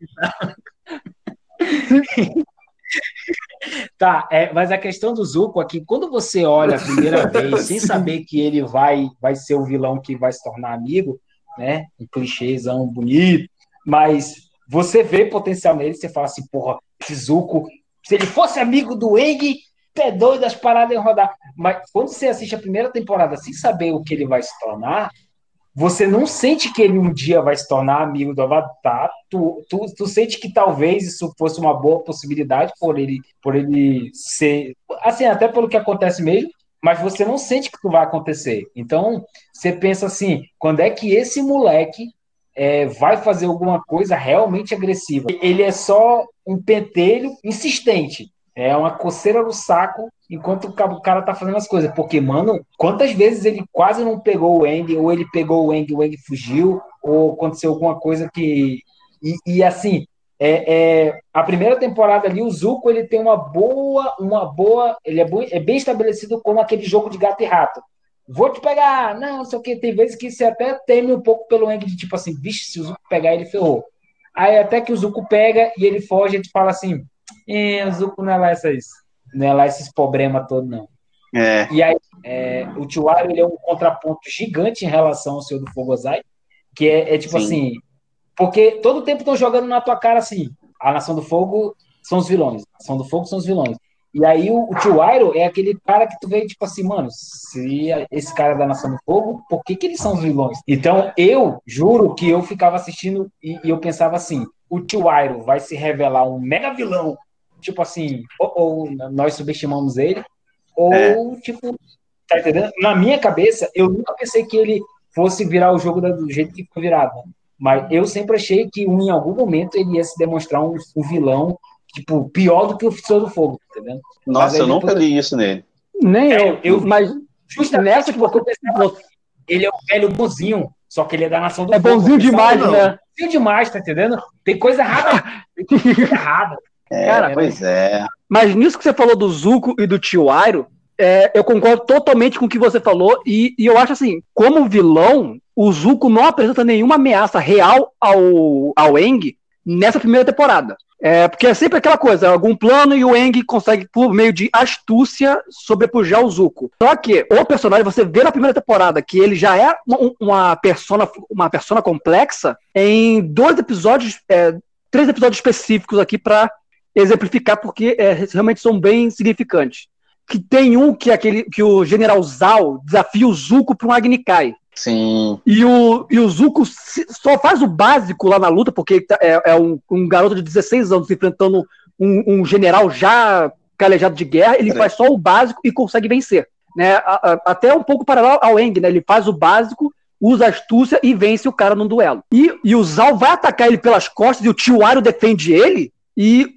Tá, mas a questão do Zuko aqui, quando você olha a primeira vez, sem saber que ele vai ser o vilão que vai se tornar amigo, né? Um clichêzão bonito, mas você vê potencial nele, você fala assim, porra, esse Zuko, se ele fosse amigo do Aang, é doido, as paradas iam rodar. Mas quando você assiste a primeira temporada sem saber o que ele vai se tornar, você não sente que ele um dia vai se tornar amigo do Avatar, tu sente que talvez isso fosse uma boa possibilidade por ele ser, assim, até pelo que acontece mesmo, mas você não sente que isso vai acontecer. Então, você pensa assim, quando é que esse moleque vai fazer alguma coisa realmente agressiva? Ele é só um pentelho insistente, é uma coceira no saco enquanto o cara tá fazendo as coisas. Porque, mano, quantas vezes ele quase não pegou o Aang, ou ele pegou o Aang fugiu, ou aconteceu alguma coisa que... E assim... a primeira temporada ali, o Zuko, ele tem uma boa, ele é bem estabelecido como aquele jogo de gato e rato. Vou te pegar, não sei o que, tem vezes que você até teme um pouco pelo Aang, de tipo assim, vixe, se o Zuko pegar, ele ferrou. Aí até que o Zuko pega e ele foge, e te fala assim, o Zuko não é lá esses problemas todos, não. E aí, o Tiwari, ele é um contraponto gigante em relação ao Senhor do Fogo Ozai, que é tipo assim, porque todo tempo estão jogando na tua cara assim, a Nação do Fogo são os vilões, a Nação do Fogo são os vilões. E aí o tio Iroh é aquele cara que tu vê, tipo assim, mano, se esse cara é da Nação do Fogo, por que eles são os vilões? Então, eu juro que eu ficava assistindo e eu pensava assim, o tio Iroh vai se revelar um mega vilão, tipo assim, ou nós subestimamos ele, ou, tipo, tá entendendo? Na minha cabeça, eu nunca pensei que ele fosse virar o jogo do jeito que foi virado. Mas eu sempre achei que em algum momento ele ia se demonstrar um vilão, tipo, pior do que o Senhor do Fogo, tá entendendo? Nossa, eu nunca li isso nele. Nem eu, mas justamente nessa que porque eu pensava, ele é um velho bonzinho, só que ele é da Nação do Fogo. É bonzinho demais, né? Bonzinho demais, tá entendendo? Tem coisa errada. Tem coisa errada. Cara, pois é. Mas nisso que você falou do Zuko e do tio Iroh, eu concordo totalmente com o que você falou, e eu acho assim, como vilão, o Zuko não apresenta nenhuma ameaça real ao Aang nessa primeira temporada. Porque é sempre aquela coisa, algum plano e o Aang consegue, por meio de astúcia, sobrepujar o Zuko. Só que o personagem, você vê na primeira temporada que ele já é uma persona complexa em 3 episódios específicos aqui para exemplificar, porque realmente são bem significantes. Que tem um que é aquele que o General Zhao desafia o Zuko para um Agni-Kai. Sim. E o Zuko só faz o básico lá na luta, porque é um garoto de 16 anos enfrentando um general já calejado de guerra, ele faz só o básico e consegue vencer. Né? Até um pouco paralelo ao Aang, né? Ele faz o básico, usa a astúcia e vence o cara num duelo. E o Zhao vai atacar ele pelas costas e o tio Iroh defende ele, e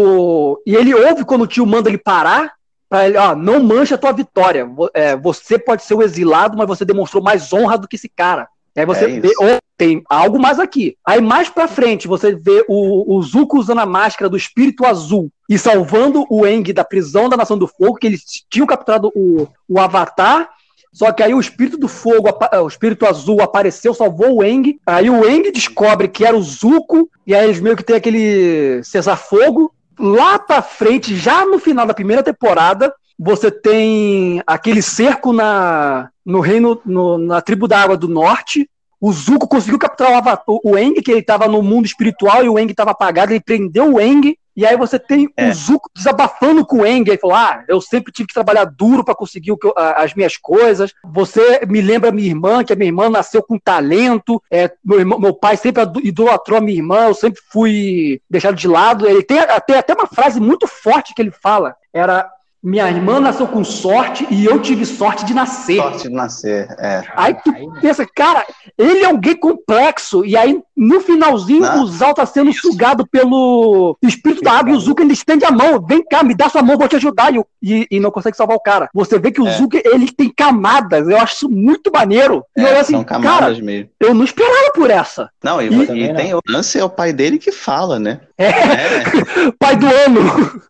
ele ouve quando o tio manda ele parar, para ele, não mancha a tua vitória. Você pode ser o exilado, mas você demonstrou mais honra do que esse cara. Aí você vê, tem algo mais aqui. Aí mais pra frente, você vê o Zuko usando a máscara do espírito azul e salvando o Aang da prisão da Nação do Fogo, que eles tinham capturado o Avatar, só que aí o espírito do fogo, o espírito azul apareceu, salvou o Aang. Aí o Aang descobre que era o Zuko, e aí eles meio que tem aquele cessar-fogo. Lá pra frente, já no final da primeira temporada, você tem aquele cerco no reino, na tribo da Água do Norte. O Zuko conseguiu capturar o Aang, que ele estava no mundo espiritual, e o Aang estava apagado, ele prendeu o Aang, e aí você tem o Zuko desabafando com o Aang, aí falou, eu sempre tive que trabalhar duro para conseguir as minhas coisas, você me lembra minha irmã, que a minha irmã nasceu com talento, meu pai sempre idolatrou a minha irmã, eu sempre fui deixado de lado. Ele tem até uma frase muito forte que ele fala, minha irmã nasceu com sorte e eu tive sorte de nascer. Sorte de nascer, Aí tu pensa, cara, ele é um gay complexo, e aí no finalzinho o Zhao tá sendo sugado pelo espírito da água, e o Zuko ele estende a mão, vem cá, me dá sua mão, vou te ajudar, e não consegue salvar o cara. Você vê que o Zuko, ele tem camadas, eu acho isso muito maneiro. E eu assim, são camadas cara, mesmo. eu não esperava por essa. Não, e tem o lance, é o pai dele que fala, né? Pai do ano.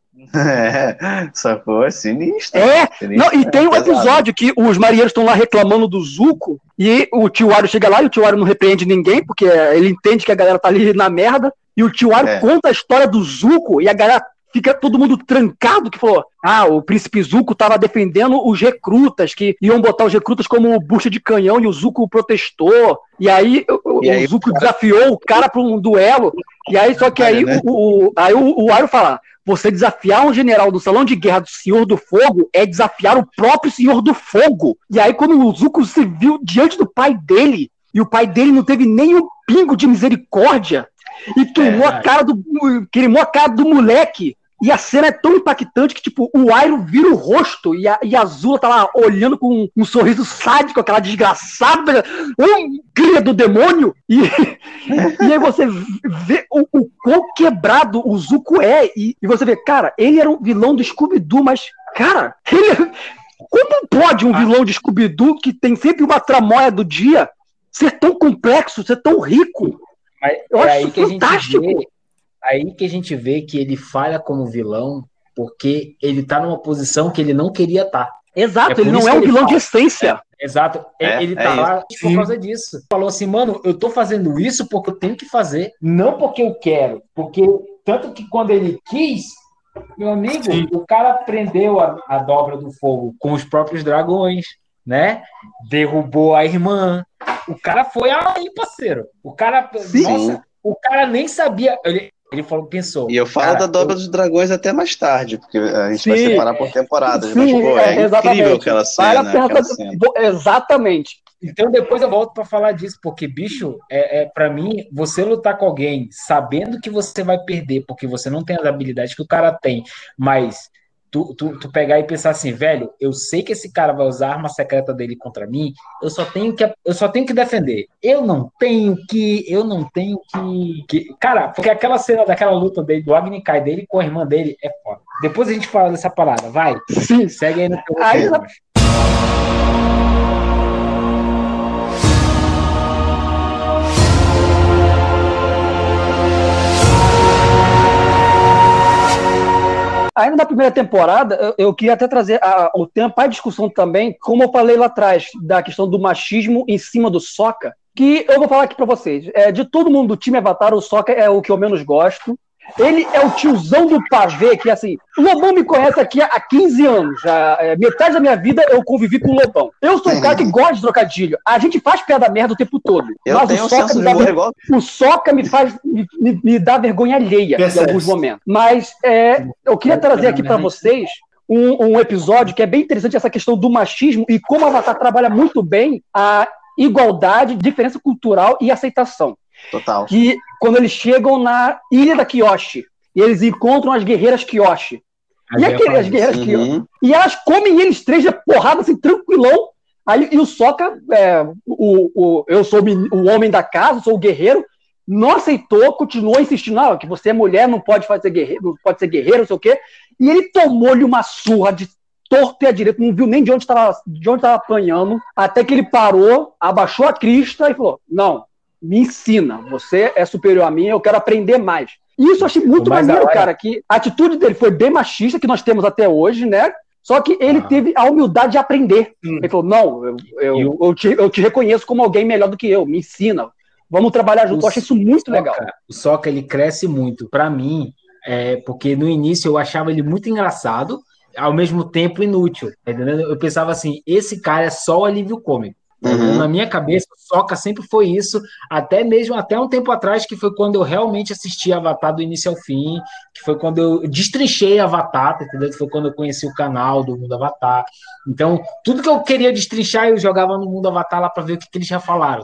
Sacou? Sinistro. Não, e tem um episódio que os marinheiros estão lá reclamando do Zuko, e o tio Iroh chega lá e o tio Iroh não repreende ninguém, porque ele entende que a galera tá ali na merda, e o tio Iroh conta a história do Zuko, e a galera fica todo mundo trancado, que falou, o príncipe Zuko tava defendendo os recrutas, que iam botar os recrutas como bucha de canhão, e o Zuko protestou, e aí o Zuko desafiou o cara para um duelo, e aí só que aí o Iroh fala, você desafiar um general do salão de guerra do Senhor do Fogo é desafiar o próprio Senhor do Fogo. E aí quando o Zuko se viu diante do pai dele, e o pai dele não teve nem um pingo de misericórdia, e queimou a cara do moleque. E a cena é tão impactante que, tipo, o Iroh vira o rosto e a Azula tá lá olhando com um sorriso sádico, aquela desgraçada, cria do demônio. E aí você vê o quão quebrado o Zuko é. E você vê, cara, ele era um vilão do Scooby-Doo, mas, cara, como pode um vilão de Scooby-Doo que tem sempre uma tramóia do dia ser tão complexo, ser tão rico? Mas eu acho aí que fantástico. Aí que a gente vê que ele falha como vilão porque ele tá numa posição que ele não queria estar. Exato, ele não é um vilão de essência. Exato, ele tá lá por causa disso. Falou assim, mano, eu tô fazendo isso porque eu tenho que fazer, não porque eu quero. Porque, tanto que quando ele quis, meu amigo, o cara prendeu a dobra do fogo com os próprios dragões, né? Derrubou a irmã. O cara foi aí, parceiro. O cara, nossa, o cara nem sabia... Ele falou, pensou. E eu falo da dobra dos dragões até mais tarde, porque a gente vai Sim. separar por temporadas. Sim, Mas, pô, é incrível aquela Vale a cena. pena Aquela fazer- cena. Exatamente. Então depois eu volto para falar disso, porque, bicho, para mim, você lutar com alguém sabendo que você vai perder, porque você não tem as habilidades que o cara tem, mas tu pegar e pensar assim, velho, eu sei que esse cara vai usar a arma secreta dele contra mim, eu só tenho que defender. Eu não tenho Cara, porque aquela cena daquela luta dele, do Agni Kai dele com a irmã dele, é foda. Depois a gente fala dessa parada, vai. Sim. Segue aí no teu Aí, roteiro, macho. Ainda na primeira temporada, eu queria até trazer o tema para a discussão também, como eu falei lá atrás, da questão do machismo em cima do Sokka, que eu vou falar aqui para vocês. De todo mundo do time Avatar, o Sokka é o que eu menos gosto. Ele é o tiozão do pavê, que assim, o Lobão me conhece aqui há 15 anos. Metade da minha vida eu convivi com o Lobão. Eu sou um cara que gosta de trocadilho. A gente faz piada merda o tempo todo. Eu mas tenho o Sokka senso me de dá humor igual. O Sokka me dá vergonha alheia em alguns momentos. Mas eu queria trazer aqui para vocês um episódio que é bem interessante, essa questão do machismo e como o Avatar trabalha muito bem a igualdade, diferença cultural e aceitação. Total. Que quando eles chegam na Ilha da Kyoshi e eles encontram as guerreiras Kyoshi. As guerreiras Kyoshi. E elas comem eles três de porrada, assim, tranquilão. Aí, e o Sokka, eu sou o homem da casa, sou o guerreiro, não aceitou, continuou insistindo, que você é mulher, não pode ser guerreiro, não sei o quê. E ele tomou-lhe uma surra de torto e à direita, não viu nem de onde estava apanhando, até que ele parou, abaixou a crista e falou, não, me ensina, você é superior a mim, eu quero aprender mais. E isso eu achei muito maneiro, cara, que a atitude dele foi bem machista, que nós temos até hoje, né? Só que ele teve a humildade de aprender. Ele falou, não, eu te reconheço como alguém melhor do que eu, me ensina, vamos trabalhar junto. Eu achei isso muito legal. O Sokka, ele cresce muito. Pra mim, porque no início eu achava ele muito engraçado, ao mesmo tempo inútil, tá entendendo? Eu pensava assim, esse cara é só o alívio cômico. Na minha cabeça, o Sokka sempre foi isso, até um tempo atrás, que foi quando eu realmente assisti Avatar do início ao fim, que foi quando eu destrinchei Avatar, tá entendendo? Foi quando eu conheci o canal do Mundo Avatar. Então, tudo que eu queria destrinchar, eu jogava no Mundo Avatar lá para ver o que eles já falaram.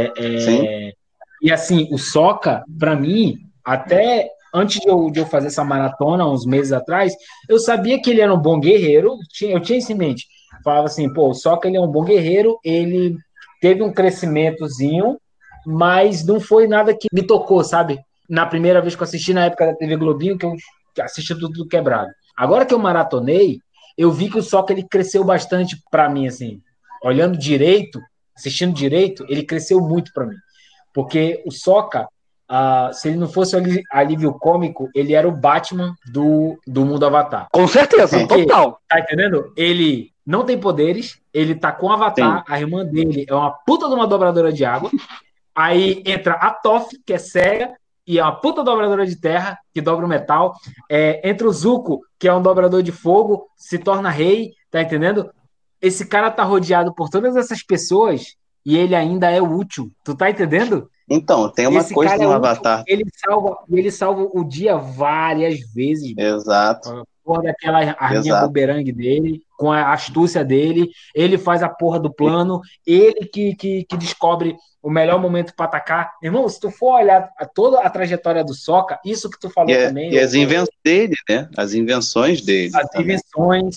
E assim, o Sokka, para mim, até antes de eu fazer essa maratona, uns meses atrás, eu sabia que ele era um bom guerreiro, eu tinha isso em mente. Falava assim, o Sokka, ele é um bom guerreiro, ele teve um crescimentozinho, mas não foi nada que me tocou, sabe? Na primeira vez que eu assisti, na época da TV Globinho, que eu assisti tudo quebrado. Agora que eu maratonei, eu vi que o Sokka, ele cresceu bastante pra mim, assim, olhando direito, assistindo direito, ele cresceu muito pra mim. Porque o Sokka, se ele não fosse alívio cômico, ele era o Batman do Mundo Avatar. Com certeza, porque, total. Tá entendendo? Ele não tem poderes, ele tá com o Avatar, a irmã dele é uma puta de uma dobradora de água, aí entra a Toph, que é cega, e é uma puta dobradora de terra, que dobra o metal, entra o Zuko, que é um dobrador de fogo, se torna rei, tá entendendo? Esse cara tá rodeado por todas essas pessoas e ele ainda é útil, tu tá entendendo? Então, tem uma coisa no Avatar. Ele salva o dia várias vezes. Exato. Porra daquela arminha bumerangue dele, com a astúcia dele, ele faz a porra do plano, ele que descobre o melhor momento para atacar. Irmão, se tu for olhar toda a trajetória do Sokka, isso que tu falou também... E as invenções dele, né? As invenções dele. As invenções...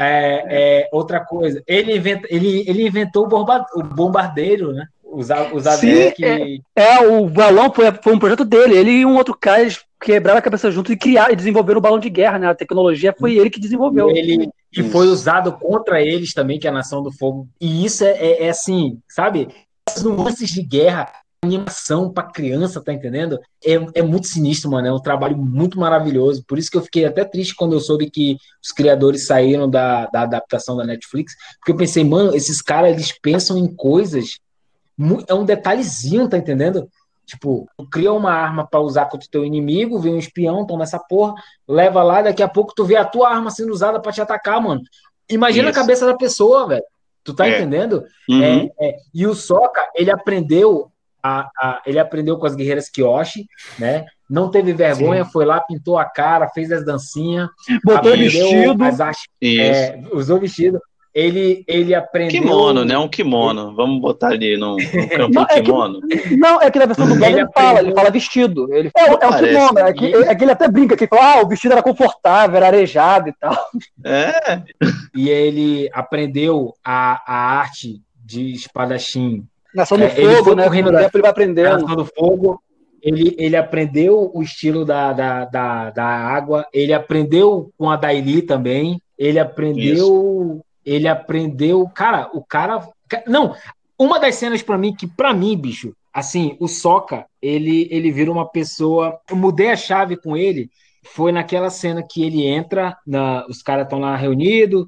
outra coisa, ele inventou o bombardeiro, né? Os aviões que... o balão foi um projeto dele. Ele e um outro cara, eles quebraram a cabeça juntos e desenvolveram o balão de guerra, né? A tecnologia foi ele que desenvolveu. E foi usado contra eles também, que é a Nação do Fogo. E isso é assim, sabe? As nuances de guerra, animação pra criança, tá entendendo? É muito sinistro, mano. É um trabalho muito maravilhoso. Por isso que eu fiquei até triste quando eu soube que os criadores saíram da adaptação da Netflix. Porque eu pensei, mano, esses caras, eles pensam em coisas... É um detalhezinho, tá entendendo? Tipo, tu cria uma arma pra usar contra o teu inimigo, vem um espião, toma essa porra, leva lá, daqui a pouco tu vê a tua arma sendo usada pra te atacar, mano. Imagina a cabeça da pessoa, velho. Tu tá entendendo? E o Sokka, ele aprendeu com as guerreiras Kyoshi, né? não teve vergonha, foi lá, pintou a cara, fez as dancinhas, Botou vestido. Usou vestido. Ele aprendeu... Kimono, né? Um kimono. Vamos botar ali num campo kimono. É que na versão do Bob ele fala vestido. É o kimono. É que ele até brinca, que fala, o vestido era confortável, era arejado e tal. E ele aprendeu a arte de espadachim. Nação do Fogo, né? Ele vai aprendendo. Nação do Fogo. Ele aprendeu o estilo da água. Ele aprendeu com a Daili também. Ele aprendeu... Cara, o cara... Não, uma das cenas pra mim, bicho, assim, o Sokka, ele vira uma pessoa... Eu mudei a chave com ele, foi naquela cena que ele entra, os caras estão lá reunidos,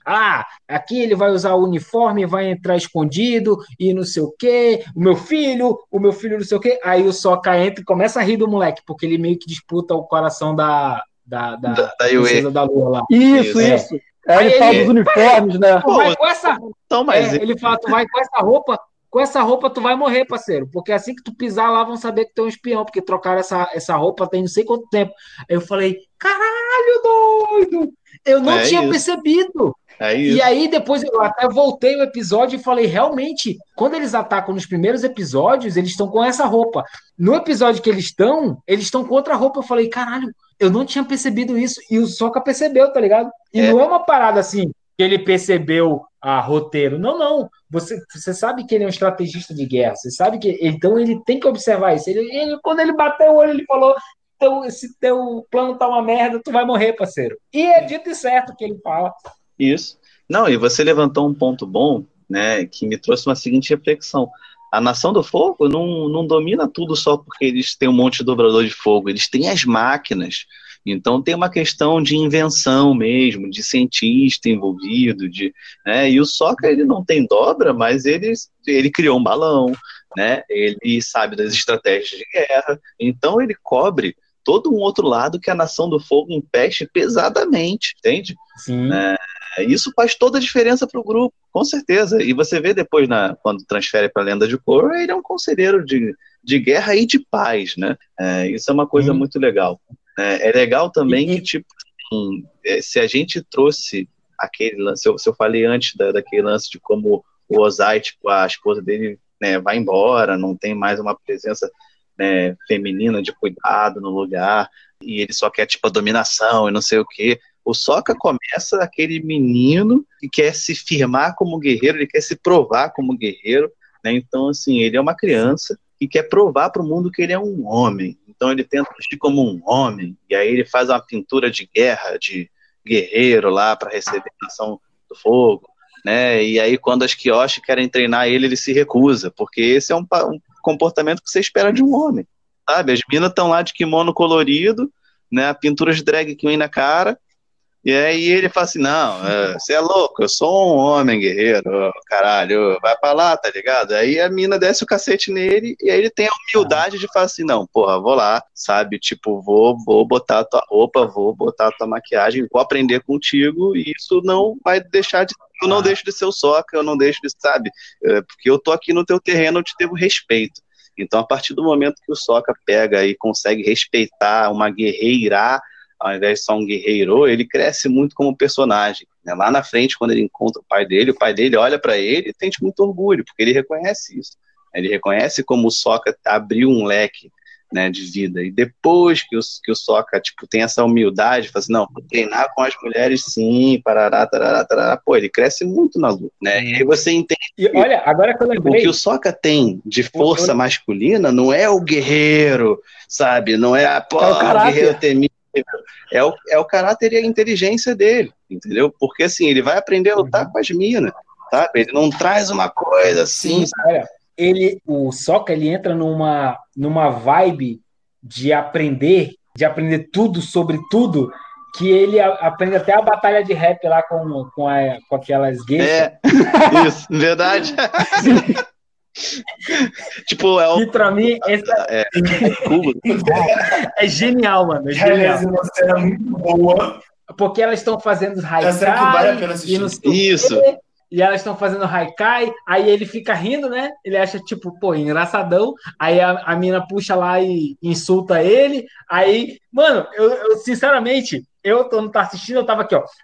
aqui ele vai usar o uniforme, vai entrar escondido, e não sei o quê, o meu filho não sei o quê, aí o Sokka entra e começa a rir do moleque, porque ele meio que disputa o coração da princesa da Lua lá. Isso. Aí ele fala dos uniformes, né? Vai com essa... ele fala, tu vai com essa roupa tu vai morrer, parceiro, porque assim que tu pisar lá vão saber que tu é um espião, porque trocaram essa roupa tem não sei quanto tempo. Aí eu falei, caralho, doido! Eu não tinha percebido. E aí depois eu até voltei o episódio e falei, realmente, quando eles atacam nos primeiros episódios, eles estão com essa roupa. No episódio que eles estão com outra roupa. Eu falei, caralho, eu não tinha percebido isso. E o Sokka percebeu, tá ligado? E não é uma parada assim, que ele percebeu roteiro. Não. Você sabe que ele é um estrategista de guerra. Você sabe que... Então ele tem que observar isso. Quando ele bateu o olho, ele falou... Se teu plano tá uma merda, tu vai morrer, parceiro. E é dito e certo que ele fala. Isso. Não, e você levantou um ponto bom, né, que me trouxe uma seguinte reflexão. A Nação do Fogo não domina tudo só porque eles têm um monte de dobrador de fogo, eles têm as máquinas. Então tem uma questão de invenção mesmo, de cientista envolvido, e o Sokka ele não tem dobra, mas ele criou um balão, né, ele sabe das estratégias de guerra, então ele cobre todo um outro lado que a Nação do Fogo investe pesadamente, entende? Sim. Isso faz toda a diferença para o grupo, com certeza. E você vê depois, quando transfere para a Lenda de Korra, ele é um conselheiro de guerra e de paz, né? Isso é uma coisa muito legal. É legal também que, tipo, se a gente trouxe aquele lance, se eu falei antes daquele lance de como o Ozai, tipo, a esposa dele, né, vai embora, não tem mais uma presença, né, feminina de cuidado no lugar, e ele só quer, tipo, a dominação e não sei o quê. O Sokka começa aquele menino que quer se firmar como guerreiro, ele quer se provar como guerreiro, né? Então, assim, ele é uma criança que quer provar para o mundo que ele é um homem. Então ele tenta agir como um homem, e aí ele faz uma pintura de guerra, de guerreiro lá para receber a Nação do Fogo, né? E aí quando as Kyoshi querem treinar ele se recusa, porque esse é um comportamento que você espera de um homem, sabe? As minas estão lá de kimono colorido, né? A pintura de drag queen na cara, e aí ele fala assim, não, você é louco, eu sou um homem guerreiro, caralho, vai pra lá, tá ligado? Aí a mina desce o cacete nele, e aí ele tem a humildade de falar assim, não, porra, vou lá, sabe, tipo, vou botar a tua roupa, vou botar a tua maquiagem, vou aprender contigo, e isso não vai deixar de... Eu não deixo de ser o Sokka, eu não deixo de, sabe, porque eu tô aqui no teu terreno, eu te devo respeito. Então, a partir do momento que o Sokka pega e consegue respeitar uma guerreira, ao invés de só um guerreiro, ele cresce muito como personagem, né? Lá na frente, quando ele encontra o pai dele olha para ele e sente muito orgulho, porque ele reconhece isso. Ele reconhece como o Sokka abriu um leque, né, de vida. E depois que o Sokka, tipo, tem essa humildade, fala assim, não, vou treinar com as mulheres sim, parará, tarará, tarará. Pô, ele cresce muito na luta, né? E aí você entende. E olha, agora que eu lembrei, o que o Sokka tem de força masculina não é o guerreiro, sabe? Não é o guerreiro temível. É o caráter e a inteligência dele, entendeu? Porque assim, ele vai aprender a lutar com as minas, sabe? Ele não traz uma coisa assim. Olha, o Sokka, ele entra numa vibe de aprender tudo sobre tudo, que ele aprende até a batalha de rap lá com aquelas gays. Isso, verdade. Tipo, que pra mim é genial, mano. É genial. Essa é muito boa. Porque elas estão fazendo os haikai que vale a pena assistir. Isso. e elas estão fazendo haikai, aí ele fica rindo, né? Ele acha, tipo, pô, engraçadão. Aí a mina puxa lá e insulta ele. Aí, mano, eu sinceramente, eu não tá assistindo, eu tava aqui, ó.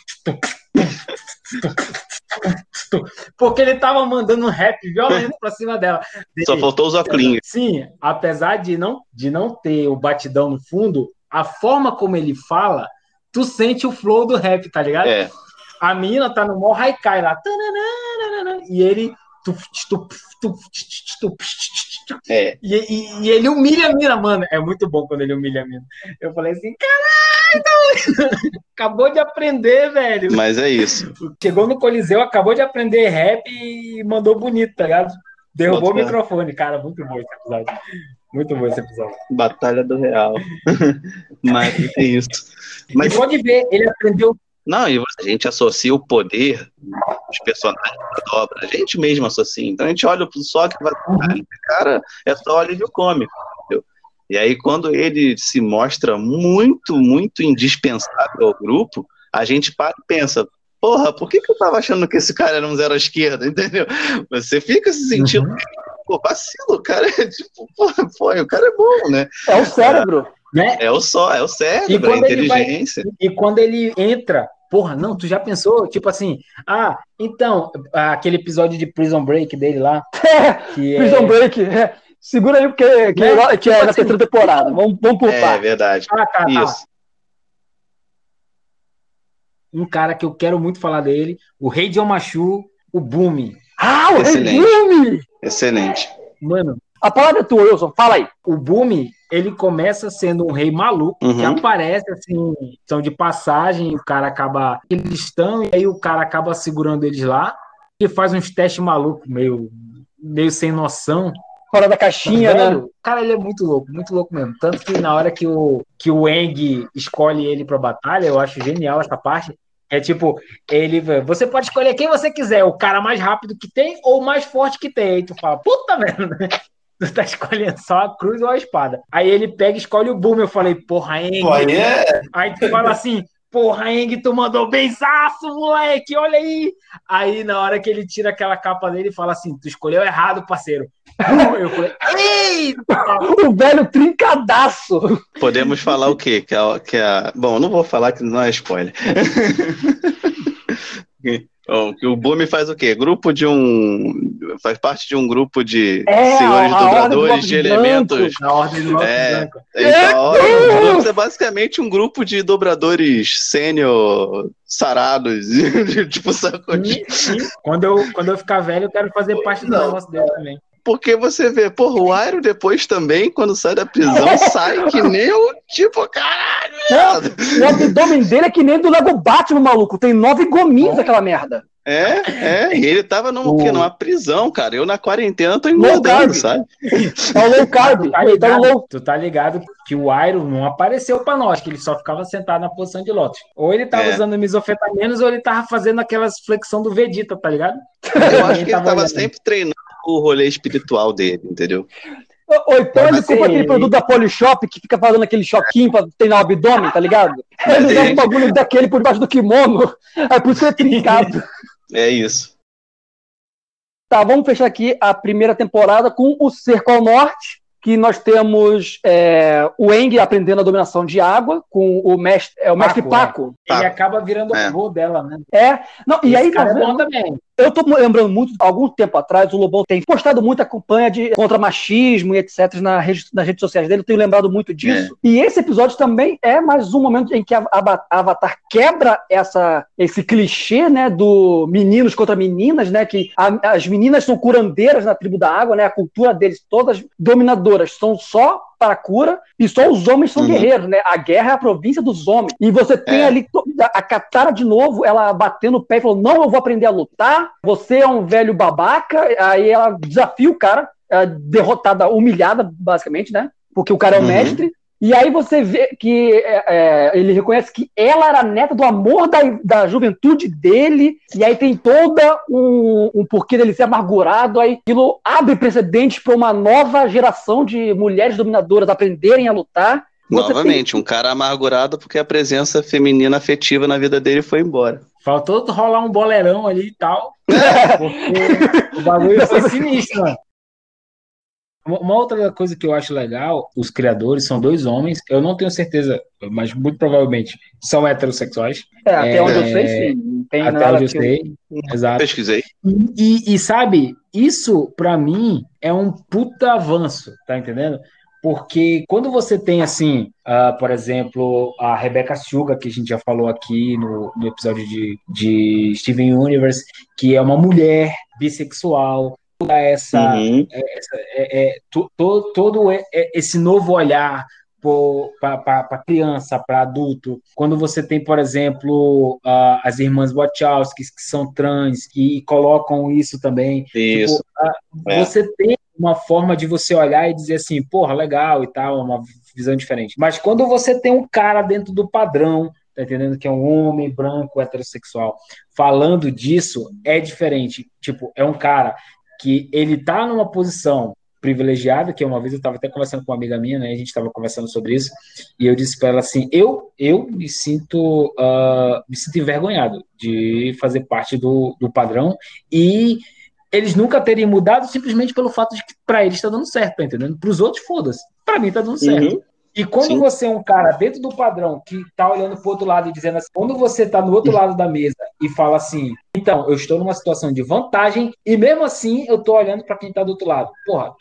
Porque ele tava mandando um rap violento pra cima dela. Só faltou os óculos. Sim, apesar de não ter o batidão no fundo, a forma como ele fala, tu sente o flow do rap, tá ligado? É. A mina tá no mó haikai lá. E ele... E ele humilha a mina, mano. É muito bom quando ele humilha a mina. Eu falei assim, caralho! Acabou de aprender, velho. Mas é isso. Chegou no Coliseu, acabou de aprender rap e mandou bonito, tá ligado? Derrubou o microfone, cara. Muito bom esse episódio. Muito bom esse episódio. Batalha do Real. Mas é isso. Mas e pode ver, ele aprendeu. Não, e a gente associa o poder dos personagens da obra. A gente mesmo associa. Então a gente olha só que vai. Cara, é só alívio cômico. Entendeu? E aí, quando ele se mostra muito, muito indispensável ao grupo, a gente para e pensa. Porra, por que eu tava achando que esse cara era um zero à esquerda, entendeu? Você fica se sentindo, pô, vacilo, cara, tipo, pô, o cara é bom, né? É o cérebro. Né? É o cérebro, a inteligência. E quando ele entra, porra, não, tu já pensou, tipo assim, então, aquele episódio de Prison Break dele lá. Prison Break, segura aí, porque que é na terceira temporada, vamos pulpar. É verdade, isso. Um cara que eu quero muito falar dele, o Rei de Omachu, o Bumi. O Rei Bumi! Excelente. Mano, a palavra é tua, Wilson, fala aí. O Bumi, ele começa sendo um rei maluco, que aparece assim, são de passagem, o cara acaba, eles estão, e aí o cara acaba segurando eles lá, e faz uns testes malucos, meio sem noção. Fora da caixinha, né? O cara, ele é muito louco mesmo. Tanto que na hora que o Aang escolhe ele pra batalha, eu acho genial essa parte. É tipo, você pode escolher quem você quiser, o cara mais rápido que tem ou o mais forte que tem. Aí tu fala, puta merda, tu tá escolhendo só a cruz ou a espada. Aí ele pega e escolhe o Boom. Eu falei, porra, Aang. Aí tu fala assim, porra, Aang, tu mandou benzaço, moleque, olha aí. Aí na hora que ele tira aquela capa dele, ele fala assim, tu escolheu errado, parceiro. Eu falei, ei! O velho trincadaço. Podemos falar o quê? Bom, não vou falar que não é spoiler. Que o Bumi faz o quê? Faz parte de um grupo de senhores dobradores de elementos. A Ordem do Bloco Branco. Então, a Ordem dos Blocos é basicamente um grupo de dobradores sênior sarados. Tipo, sacou? Quando eu ficar velho, eu quero fazer parte do negócio dele também. Porque você vê, porra, o Iroh depois também, quando sai da prisão, sai que nem o tipo, caralho! O abdômen dele é que nem do Lego Batman, maluco. Tem 9 gominhos aquela merda. E ele tava numa prisão, cara. Eu na quarentena tô engordando, sabe? É o low carb. Tu tá ligado que o Iroh não apareceu pra nós, que ele só ficava sentado na posição de lótus. Ou ele tava usando misofetaminas, ou ele tava fazendo aquelas flexão do Vegeta, tá ligado? Eu acho que ele tava sempre treinando o rolê espiritual dele, entendeu? Ou então ele compra aquele produto da Polishop que fica fazendo aquele choquinho pra treinar o abdômen, tá ligado? Ele dá um bagulho daquele por debaixo do kimono. É por isso que é trincado. É isso. Tá, vamos fechar aqui a primeira temporada com o Cerco ao Norte, que nós temos o Aang aprendendo a dominação de água com o mestre Paco. Ele acaba virando o avô dela, né? E aí, cara é bom também. Eu tô lembrando muito, algum tempo atrás, o Lobão tem postado muita campanha contra machismo e etc. nas redes sociais dele, eu tenho lembrado muito disso. E esse episódio também é mais um momento em que a Avatar quebra esse clichê, né, do meninos contra meninas, né, que as meninas são curandeiras na tribo da água, né, a cultura deles, todas dominadoras, são só para a cura, e só os homens são guerreiros, né? A guerra é a província dos homens. E você tem ali a Katara de novo, ela batendo o pé e falou, não, eu vou aprender a lutar, você é um velho babaca, aí ela desafia o cara, derrotada, humilhada, basicamente, né? Porque o cara é o mestre. E aí você vê que ele reconhece que ela era a neta do amor da juventude dele, e aí tem toda um porquê dele ser amargurado, aí aquilo abre precedentes para uma nova geração de mulheres dominadoras aprenderem a lutar. Novamente, um cara amargurado porque a presença feminina afetiva na vida dele foi embora. Faltou rolar um boleirão ali e tal. Porque o bagulho foi sinistro, mano. Uma outra coisa que eu acho legal, os criadores são dois homens, eu não tenho certeza, mas muito provavelmente são heterossexuais. Até onde eu sei, sim. Não tem Até nada onde eu que sei, exato. Pesquisei. E sabe, isso pra mim é um puta avanço, tá entendendo? Porque quando você tem assim, por exemplo, a Rebecca Sugar, que a gente já falou aqui no episódio de Steven Universe, que é uma mulher bissexual, toda Uhum. todo esse novo olhar para criança, para adulto. Quando você tem, por exemplo, as irmãs Wachowski, que são trans, e colocam isso também. Isso. Tipo, você tem uma forma de você olhar e dizer assim, porra, legal e tal, uma visão diferente. Mas quando você tem um cara dentro do padrão, tá entendendo? Que é um homem branco, heterossexual, falando disso, é diferente. Tipo, é um cara que ele tá numa posição privilegiada, que uma vez eu estava até conversando com uma amiga minha, né? A gente estava conversando sobre isso, e eu disse para ela assim: eu me sinto envergonhado de fazer parte do padrão, e eles nunca teriam mudado simplesmente pelo fato de que para eles está dando certo, tá entendendo? Para os outros, foda-se. Para mim tá dando certo. Uhum. E quando Sim. você é um cara dentro do padrão que tá olhando pro outro lado e dizendo assim, quando você tá no outro lado da mesa e fala assim, então, eu estou numa situação de vantagem e mesmo assim eu tô olhando para quem tá do outro lado. Porra,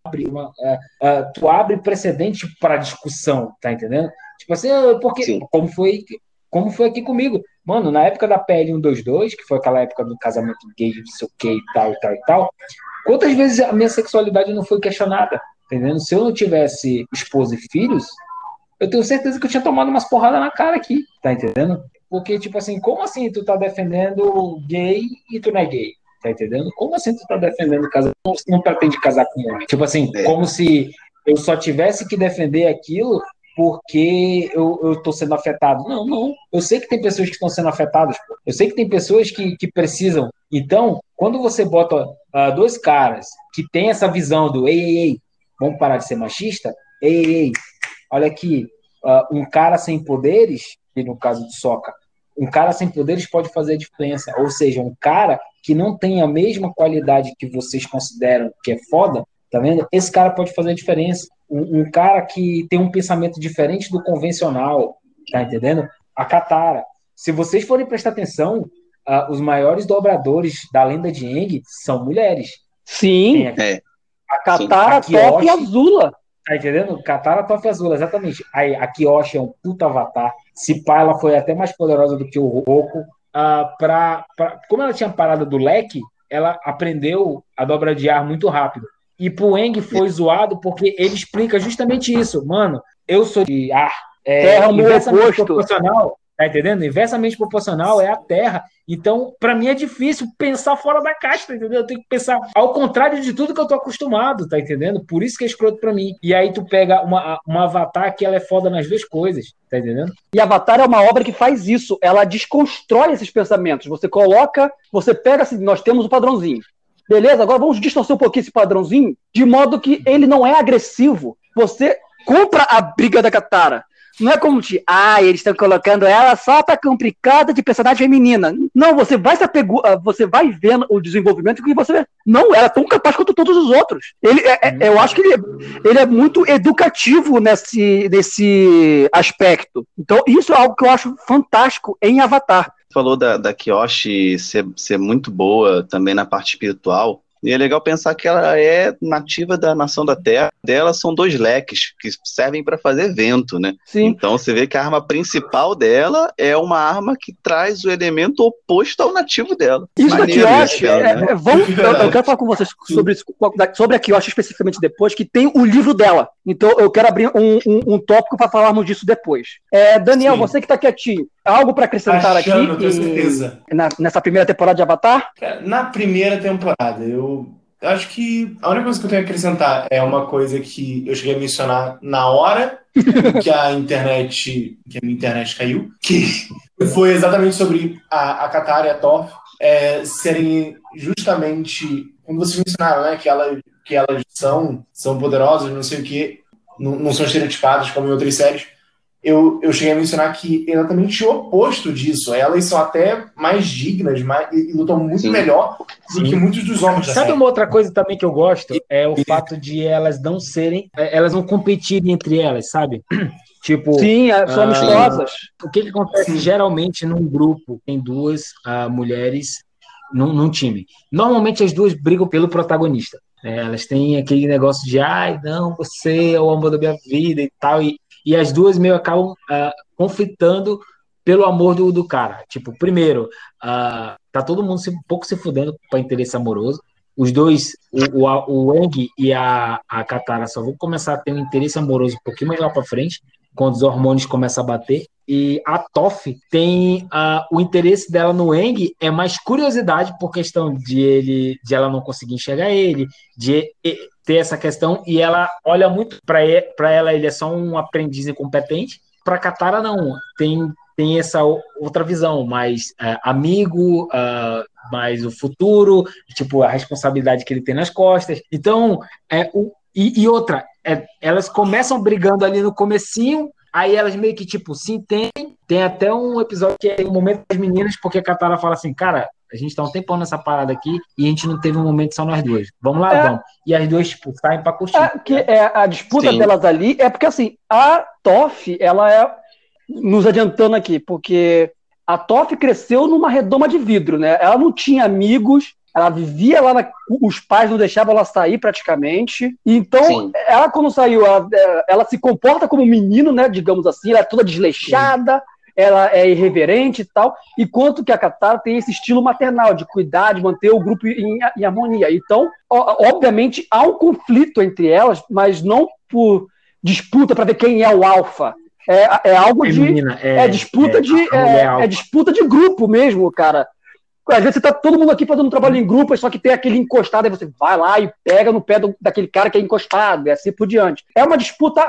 tu abre precedente para discussão, tá entendendo? Tipo assim, porque Sim. como foi aqui comigo. Mano, na época da PL 122, que foi aquela época do casamento gay, não sei o que e tal, e tal, e tal, quantas vezes a minha sexualidade não foi questionada? Tá entendendo? Se eu não tivesse esposa e filhos, eu tenho certeza que eu tinha tomado umas porradas na cara aqui, tá entendendo? Porque, tipo assim, como assim tu tá defendendo gay e tu não é gay? Tá entendendo? Como assim tu tá defendendo casar? Não pretende casar com um homem? Tipo assim, como se eu só tivesse que defender aquilo porque eu tô sendo afetado. Não, não. Eu sei que tem pessoas que estão sendo afetadas, pô. Eu sei que tem pessoas que precisam. Então, quando você bota dois caras que têm essa visão do ei, vamos parar de ser machista? Ei, olha aqui, um cara sem poderes, e no caso de Soca, um cara sem poderes pode fazer a diferença. Ou seja, um cara que não tem a mesma qualidade que vocês consideram que é foda, tá vendo? Esse cara pode fazer a diferença. Um cara que tem um pensamento diferente do convencional, tá entendendo? A Katara. Se vocês forem prestar atenção, os maiores dobradores da lenda de Aang são mulheres. Sim, a Katara, Toph e Azula. Tá entendendo? Katara, Toph e Azula, exatamente. Aí, a Kyoshi é um puta avatar. Se pá, ela foi até mais poderosa do que o Roku. Como ela tinha parada do leque, ela aprendeu a dobra de ar muito rápido. E pro Aang foi zoado porque ele explica justamente isso. Mano, eu sou de ar. Terra no oposto. Proporcional, tá entendendo? Inversamente proporcional é a Terra. Então, pra mim é difícil pensar fora da caixa, tá entendendo? Eu tenho que pensar ao contrário de tudo que eu tô acostumado, tá entendendo? Por isso que é escroto pra mim. E aí tu pega uma Avatar que ela é foda nas duas coisas, tá entendendo? E Avatar é uma obra que faz isso. Ela desconstrói esses pensamentos. Você pega assim, nós temos o padrãozinho. Beleza, agora vamos distorcer um pouquinho esse padrãozinho, de modo que ele não é agressivo. Você compra a briga da Katara. Não é como eles estão colocando ela só pra complicada de personagem feminina. Não, você vai vendo o desenvolvimento que você vê. Não, ela é tão capaz quanto todos os outros. Eu acho que ele é muito educativo nesse aspecto. Então, isso é algo que eu acho fantástico em Avatar. Falou da Kyoshi ser muito boa também na parte espiritual. E é legal pensar que ela é nativa da nação da Terra. Dela são dois leques que servem para fazer vento, né? Sim. Então você vê que a arma principal dela é uma arma que traz o elemento oposto ao nativo dela. Isso da Kyoshi, eu quero falar com vocês sobre a Kyoshi especificamente depois, que tem o livro dela. Então eu quero abrir um tópico para falarmos disso depois. Daniel, sim, você que tá quietinho, algo para acrescentar aqui? Tenho certeza. Nessa primeira temporada de Avatar? Na primeira temporada, eu acho que a única coisa que eu tenho a acrescentar é uma coisa que eu cheguei a mencionar na hora que a minha internet caiu, que foi exatamente sobre a Katara e a Toph serem justamente, como vocês mencionaram, né, que elas são poderosas, não sei o que, não são estereotipadas como em outras séries. eu cheguei a mencionar que exatamente o oposto disso. Elas são até mais dignas e lutam muito melhor do que muitos dos homens da Sabe série. uma outra coisa também que eu gosto? É o fato de elas não competirem entre elas, sabe? Tipo, Sim, são amistosas. o que acontece geralmente num grupo, tem duas mulheres num time. Normalmente as duas brigam pelo protagonista. Elas têm aquele negócio de, ai, não, você é o amor da minha vida e tal, e as duas meio acabam conflitando pelo amor do cara. Tipo, primeiro, tá todo mundo um pouco se fudendo para interesse amoroso. Os dois, o Aang e a Katara só vão começar a ter um interesse amoroso um pouquinho mais lá para frente, quando os hormônios começam a bater. E a Toph tem o interesse dela no Aang é mais curiosidade por questão de ela não conseguir enxergar ele, de ter essa questão, e ela olha muito para ela, ele é só um aprendiz incompetente. Para Katara não, tem essa outra visão, mais amigo, mais o futuro, tipo a responsabilidade que ele tem nas costas. Então, outra, elas começam brigando ali no comecinho. Aí elas meio que, tipo, se entendem. Tem até um episódio que é o momento das meninas, porque a Katara fala assim, cara, a gente tá um tempão nessa parada aqui e a gente não teve um momento só nós duas. Vamos lá, vamos. E as duas, tipo, saem pra curtir. A disputa delas ali é porque, assim, a Toph, ela é, nos adiantando aqui, porque a Toph cresceu numa redoma de vidro, né? Ela não tinha amigos, ela vivia lá, os pais não deixavam ela sair praticamente. Então, ela quando saiu, ela se comporta como um menino, né? Digamos assim, ela é toda desleixada, ela é irreverente e tal. Enquanto que a Katara tem esse estilo maternal, de cuidar, de manter o grupo em harmonia. Então, obviamente, há um conflito entre elas, mas não por disputa para ver quem é o alfa. É algo disputa de grupo mesmo, cara. Às vezes você tá todo mundo aqui fazendo um trabalho em grupo, só que tem aquele encostado, aí você vai lá e pega no pé daquele cara que é encostado, e assim por diante. É uma disputa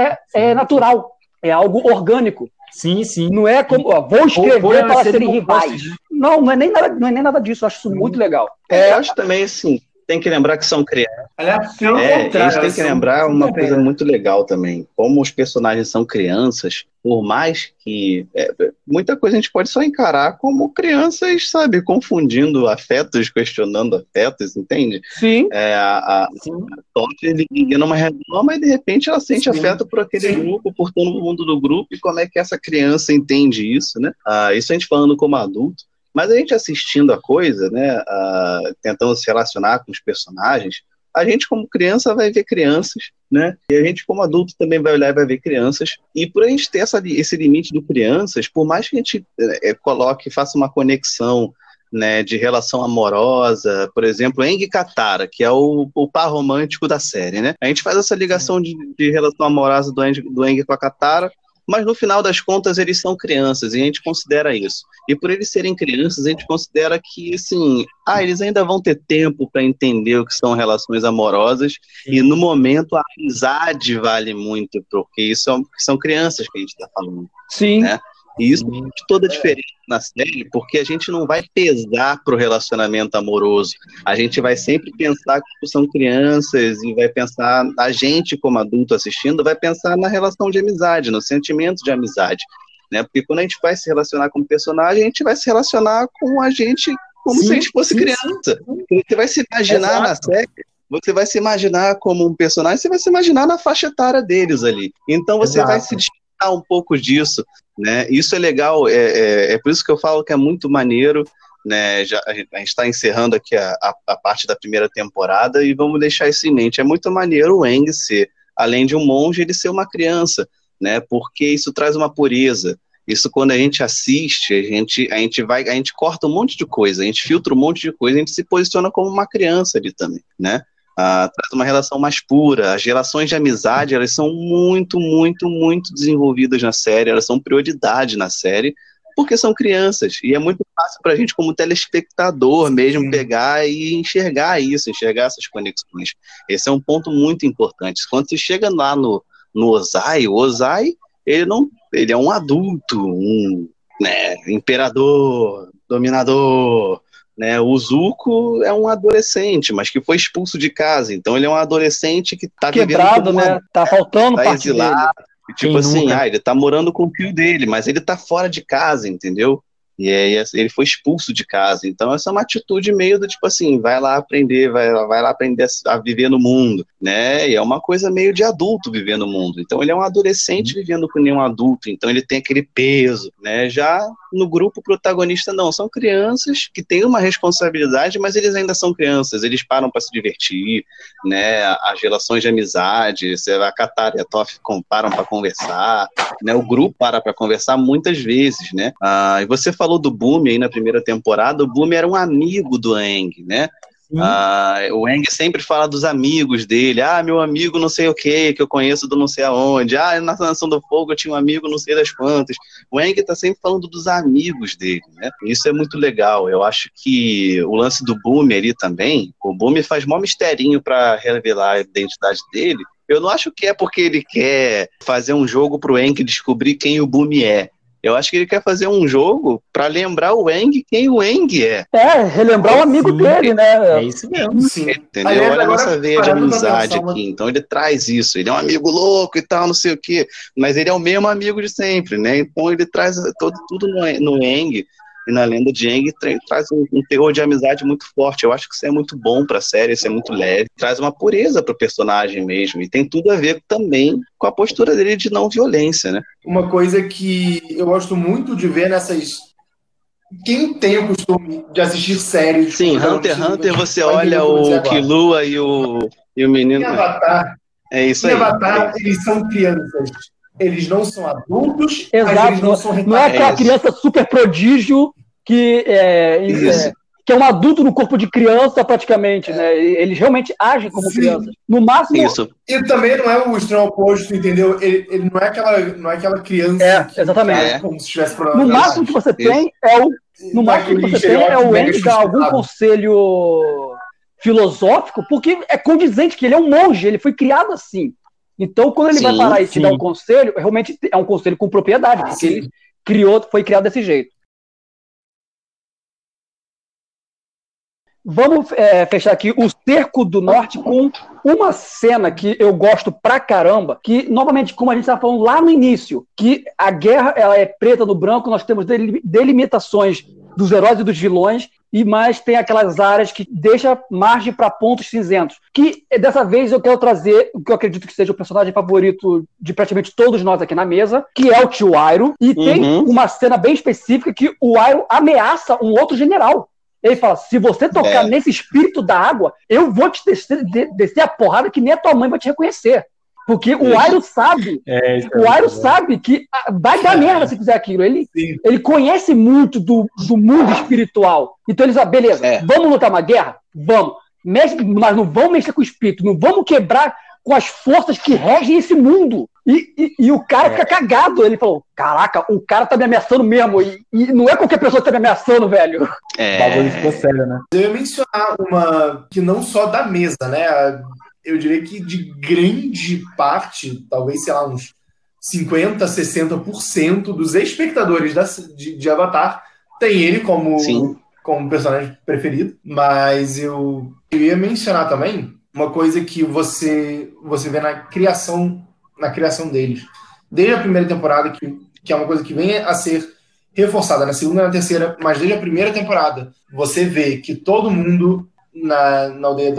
natural, é algo orgânico. Sim, sim. Não é como, vou escrever para serem rivais. Não é nem nada disso, eu acho isso muito legal. Eu acho também, assim, tem que lembrar que são crianças. A gente tem que lembrar uma coisa muito legal também. Como os personagens são crianças, por mais que muita coisa a gente pode só encarar como crianças, sabe, confundindo afetos, questionando afetos, entende? Sim. A Toph liga numa redoma e de repente ela sente afeto por aquele grupo, por todo mundo do grupo, e como é que essa criança entende isso, né? Isso a gente falando como adulto. Mas a gente assistindo a coisa, né, tentando se relacionar com os personagens, a gente como criança vai ver crianças, né, e a gente como adulto também vai olhar e vai ver crianças, e por a gente ter esse limite do crianças, por mais que a gente faça uma conexão, né, de relação amorosa, por exemplo, Aang e Katara, que é o par romântico da série, né, a gente faz essa ligação de relação amorosa do Aang com a Katara, mas no final das contas eles são crianças, e a gente considera isso. E por eles serem crianças, a gente considera que, assim, eles ainda vão ter tempo para entender o que são relações amorosas, e no momento a amizade vale muito, porque são crianças que a gente está falando. Sim. Né? E isso faz toda a diferença na série, porque a gente não vai pesar pro relacionamento amoroso. A gente vai sempre pensar que são crianças e vai pensar, a gente como adulto assistindo, vai pensar na relação de amizade, no sentimento de amizade. Né? Porque quando a gente vai se relacionar com o personagem, a gente vai se relacionar com a gente como se a gente fosse criança. Você vai se imaginar na série, você vai se imaginar como um personagem, você vai se imaginar na faixa etária deles ali. Então você vai se despertar um pouco disso. Né? Isso é legal, é por isso que eu falo que é muito maneiro, né? A gente está encerrando aqui a parte da primeira temporada e vamos deixar isso em mente. É muito maneiro o Aang ser, além de um monge, ele ser uma criança, né? Porque isso traz uma pureza. Isso, quando a gente assiste, a gente corta um monte de coisa, a gente filtra um monte de coisa, a gente se posiciona como uma criança ali também, né? Traz uma relação mais pura. As relações de amizade, elas são muito, muito, muito desenvolvidas na série, elas são prioridade na série, porque são crianças, e é muito fácil pra gente como telespectador mesmo pegar e enxergar essas conexões. Esse é um ponto muito importante. Quando você chega lá no Ozai, o Ozai, ele é um adulto, né, imperador, dominador, né? O Zuko é um adolescente, mas que foi expulso de casa, então ele é um adolescente que tá quebrado, vivendo né? Tá faltando tá parte exilado, dele. E, tipo Quem assim, nunca? ele tá morando com o tio dele, mas ele tá fora de casa, entendeu? E aí ele foi expulso de casa. Então essa é uma atitude meio do tipo assim, vai lá aprender, vai lá aprender a viver no mundo, né? E é uma coisa meio de adulto viver no mundo. Então ele é um adolescente vivendo com nenhum adulto, então ele tem aquele peso, né? Já no grupo protagonista não, são crianças que têm uma responsabilidade, mas eles ainda são crianças, eles param para se divertir, né? As relações de amizade, a Katara e a Toph param para conversar, né? O grupo para conversar muitas vezes, né? E você falou do Bumi aí na primeira temporada, o Bumi era um amigo do Aang, né? O Aang sempre fala dos amigos dele. Meu amigo não sei o que eu conheço do não sei aonde. Na Nação do Fogo eu tinha um amigo não sei das quantas. O Aang tá sempre falando dos amigos dele, né? Isso é muito legal. Eu acho que o lance do Bumi ali também, o Bumi faz mó misterinho pra revelar a identidade dele. Eu não acho que é porque ele quer fazer um jogo pro Aang descobrir quem o Bumi é. Eu acho que ele quer fazer um jogo pra lembrar o Aang quem o Aang é. Relembrar o amigo dele, né? É isso mesmo. Sim. Entendeu? Aliás, Olha a agora, nossa veia de parando pra amizade pensar, aqui. Então ele traz isso. Ele é um amigo louco e tal, não sei o quê. Mas ele é o mesmo amigo de sempre, né? Então ele traz tudo no Aang e na lenda de Aang traz um teor de amizade muito forte. Eu acho que isso é muito bom pra série, isso é muito leve. Traz uma pureza pro personagem mesmo. E tem tudo a ver também com a postura dele de não violência, né? uma coisa que eu gosto muito de ver nessas. Quem tem o costume de assistir séries. Sim, com Hunter x Hunter, você vai entender olha o que eu vou dizer o agora. Killua e o Em menino. Avatar, É isso em aí. Avatar eles são crianças. Eles não são adultos, mas Exato. eles não são Não é aquela isso. criança super prodígio que Isso. que é um adulto no corpo de criança, praticamente, né? Eles realmente agem como Sim. crianças. No máximo. Isso. E também não é o extremo oposto, entendeu? Ele não é aquela criança que exatamente. age como se estivesse No máximo que você tem é o. No máximo que você tem é o Aang dar algum conselho filosófico, porque é condizente que ele é um monge, ele foi criado assim. Então, quando ele vai parar e te dar um conselho, realmente é um conselho com propriedade, porque ele foi criado desse jeito. Vamos fechar aqui o Cerco do Norte com uma cena que eu gosto pra caramba, que, novamente, como a gente estava falando lá no início, que a guerra ela é preta no branco, nós temos delimitações dos heróis e dos vilões, e mais tem aquelas áreas que deixa margem para pontos cinzentos. Que, dessa vez, eu quero trazer o que eu acredito que seja o personagem favorito de praticamente todos nós aqui na mesa, que é o tio Iroh, e tem uma cena bem específica que o Iroh ameaça um outro general. Ele fala, se você tocar nesse espírito da água, eu vou te descer a porrada que nem a tua mãe vai te reconhecer. Porque o Iroh sabe, sabe que vai dar merda se fizer aquilo. Ele conhece muito do mundo espiritual. Então ele diz, beleza, vamos lutar uma guerra? Vamos. Mas não vamos mexer com o espírito, não vamos quebrar com as forças que regem esse mundo. E o cara fica cagado. Ele falou, caraca, o cara tá me ameaçando mesmo. E não é qualquer pessoa que tá me ameaçando, velho. O bagulho ficou sério, né? Eu ia mencionar uma que não só da mesa, né? Eu diria que de grande parte, talvez, sei lá, uns 50%, 60% dos espectadores de Avatar tem ele como personagem preferido. Mas eu ia mencionar também uma coisa que você vê na criação deles. Desde a primeira temporada, que é uma coisa que vem a ser reforçada na segunda e na terceira, mas desde a primeira temporada, você vê que todo mundo na aldeia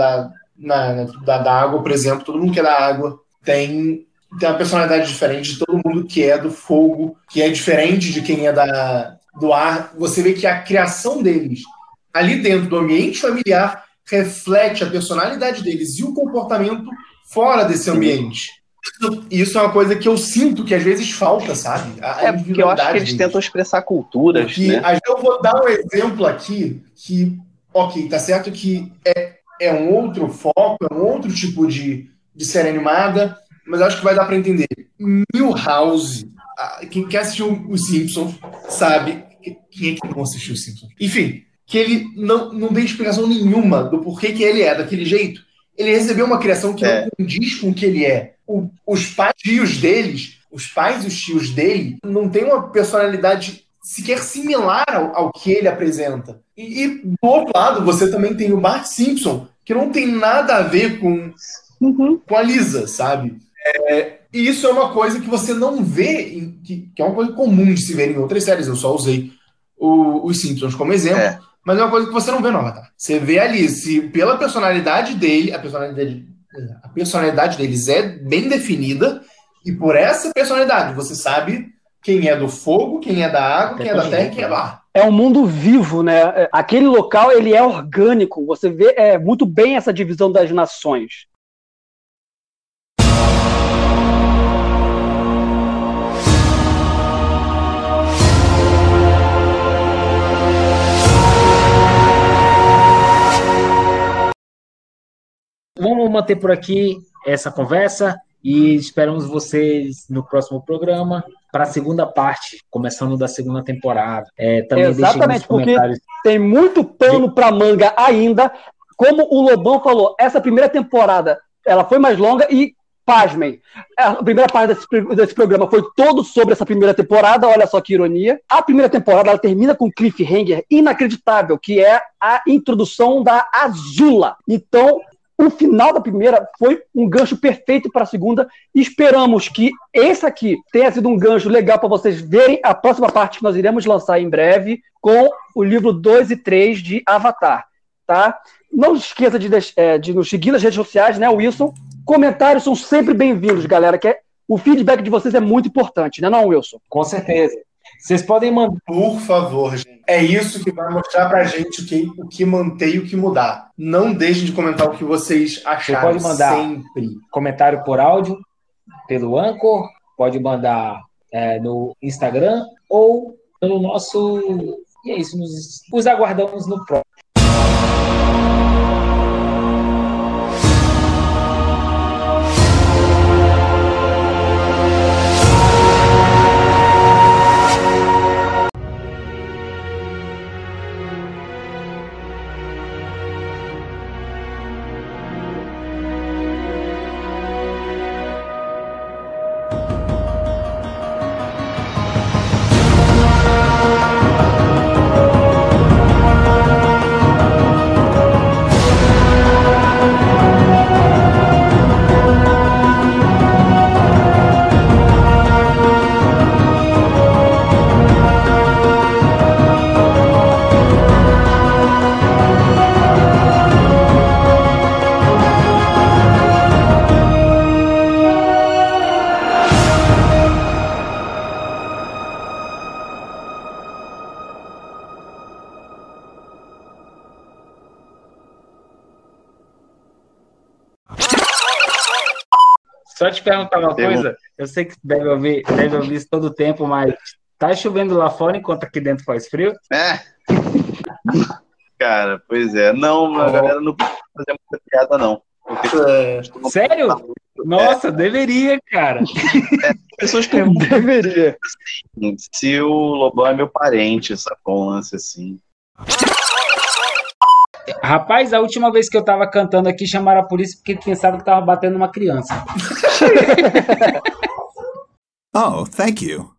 da água, por exemplo, todo mundo que é da água tem uma personalidade diferente de todo mundo que é do fogo, que é diferente de quem é do ar. Você vê que a criação deles ali dentro do ambiente familiar reflete a personalidade deles e o comportamento fora desse ambiente. Isso é uma coisa que eu sinto que às vezes falta, sabe? Porque eu acho que eles tentam expressar culturas, né? Eu vou dar um exemplo aqui que, ok, tá certo que é um outro foco, é um outro tipo de série animada, mas acho que vai dar para entender. Milhouse, quem quer assistir os Simpsons sabe, quem é que não assistiu os Simpsons? Enfim, que ele não tem explicação nenhuma do porquê que ele é daquele jeito. Ele recebeu uma criação que não condiz com o que ele é. Os pais e os tios dele não têm uma personalidade sequer similar ao que ele apresenta. E do outro lado, você também tem o Bart Simpson, que não tem nada a ver com a Lisa, sabe? E isso é uma coisa que você não vê, que é uma coisa comum de se ver em outras séries. Eu só usei os Simpsons como exemplo, mas é uma coisa que você não vê no Avatar. Você vê ali, se pela personalidade dele, a personalidade deles é bem definida, e por essa personalidade você sabe quem é do fogo, quem é da água, quem é da terra e quem é do ar. É um mundo vivo, né? Aquele local, ele é orgânico. Você vê muito bem essa divisão das nações. Vamos manter por aqui essa conversa e esperamos vocês no próximo programa para a segunda parte, começando da segunda temporada. Também exatamente, porque tem muito pano para manga ainda. Como o Lobão falou, essa primeira temporada ela foi mais longa e, pasmem, a primeira parte desse programa foi todo sobre essa primeira temporada, olha só que ironia. A primeira temporada ela termina com um cliffhanger inacreditável, que é a introdução da Azula. Então, o final da primeira foi um gancho perfeito para a segunda. Esperamos que esse aqui tenha sido um gancho legal para vocês verem a próxima parte que nós iremos lançar em breve com o livro 2 e 3 de Avatar, tá? Não esqueça de nos seguir nas redes sociais, né, Wilson? Comentários são sempre bem-vindos, galera, o feedback de vocês é muito importante, né, não, Wilson? Com certeza. Vocês podem mandar. Por favor, gente. É isso que vai mostrar pra gente o que manter e o que mudar. Não deixem de comentar o que vocês acharam. Você pode mandar sempre comentário por áudio, pelo Anchor, pode mandar no Instagram ou pelo nosso... E é isso, nos aguardamos no próximo. Só te perguntar uma coisa, eu sei que deve ouvir isso todo o tempo, mas tá chovendo lá fora enquanto aqui dentro faz frio? Cara, pois é. Não, a galera não pode fazer muita piada, não. Sério? Nossa, deveria, cara. As pessoas perguntam deveria. Se o Lobão é meu parente, sacou? Um lance assim. Rapaz, a última vez que eu tava cantando aqui, chamaram a polícia porque pensavam que tava batendo uma criança. Oh, thank you.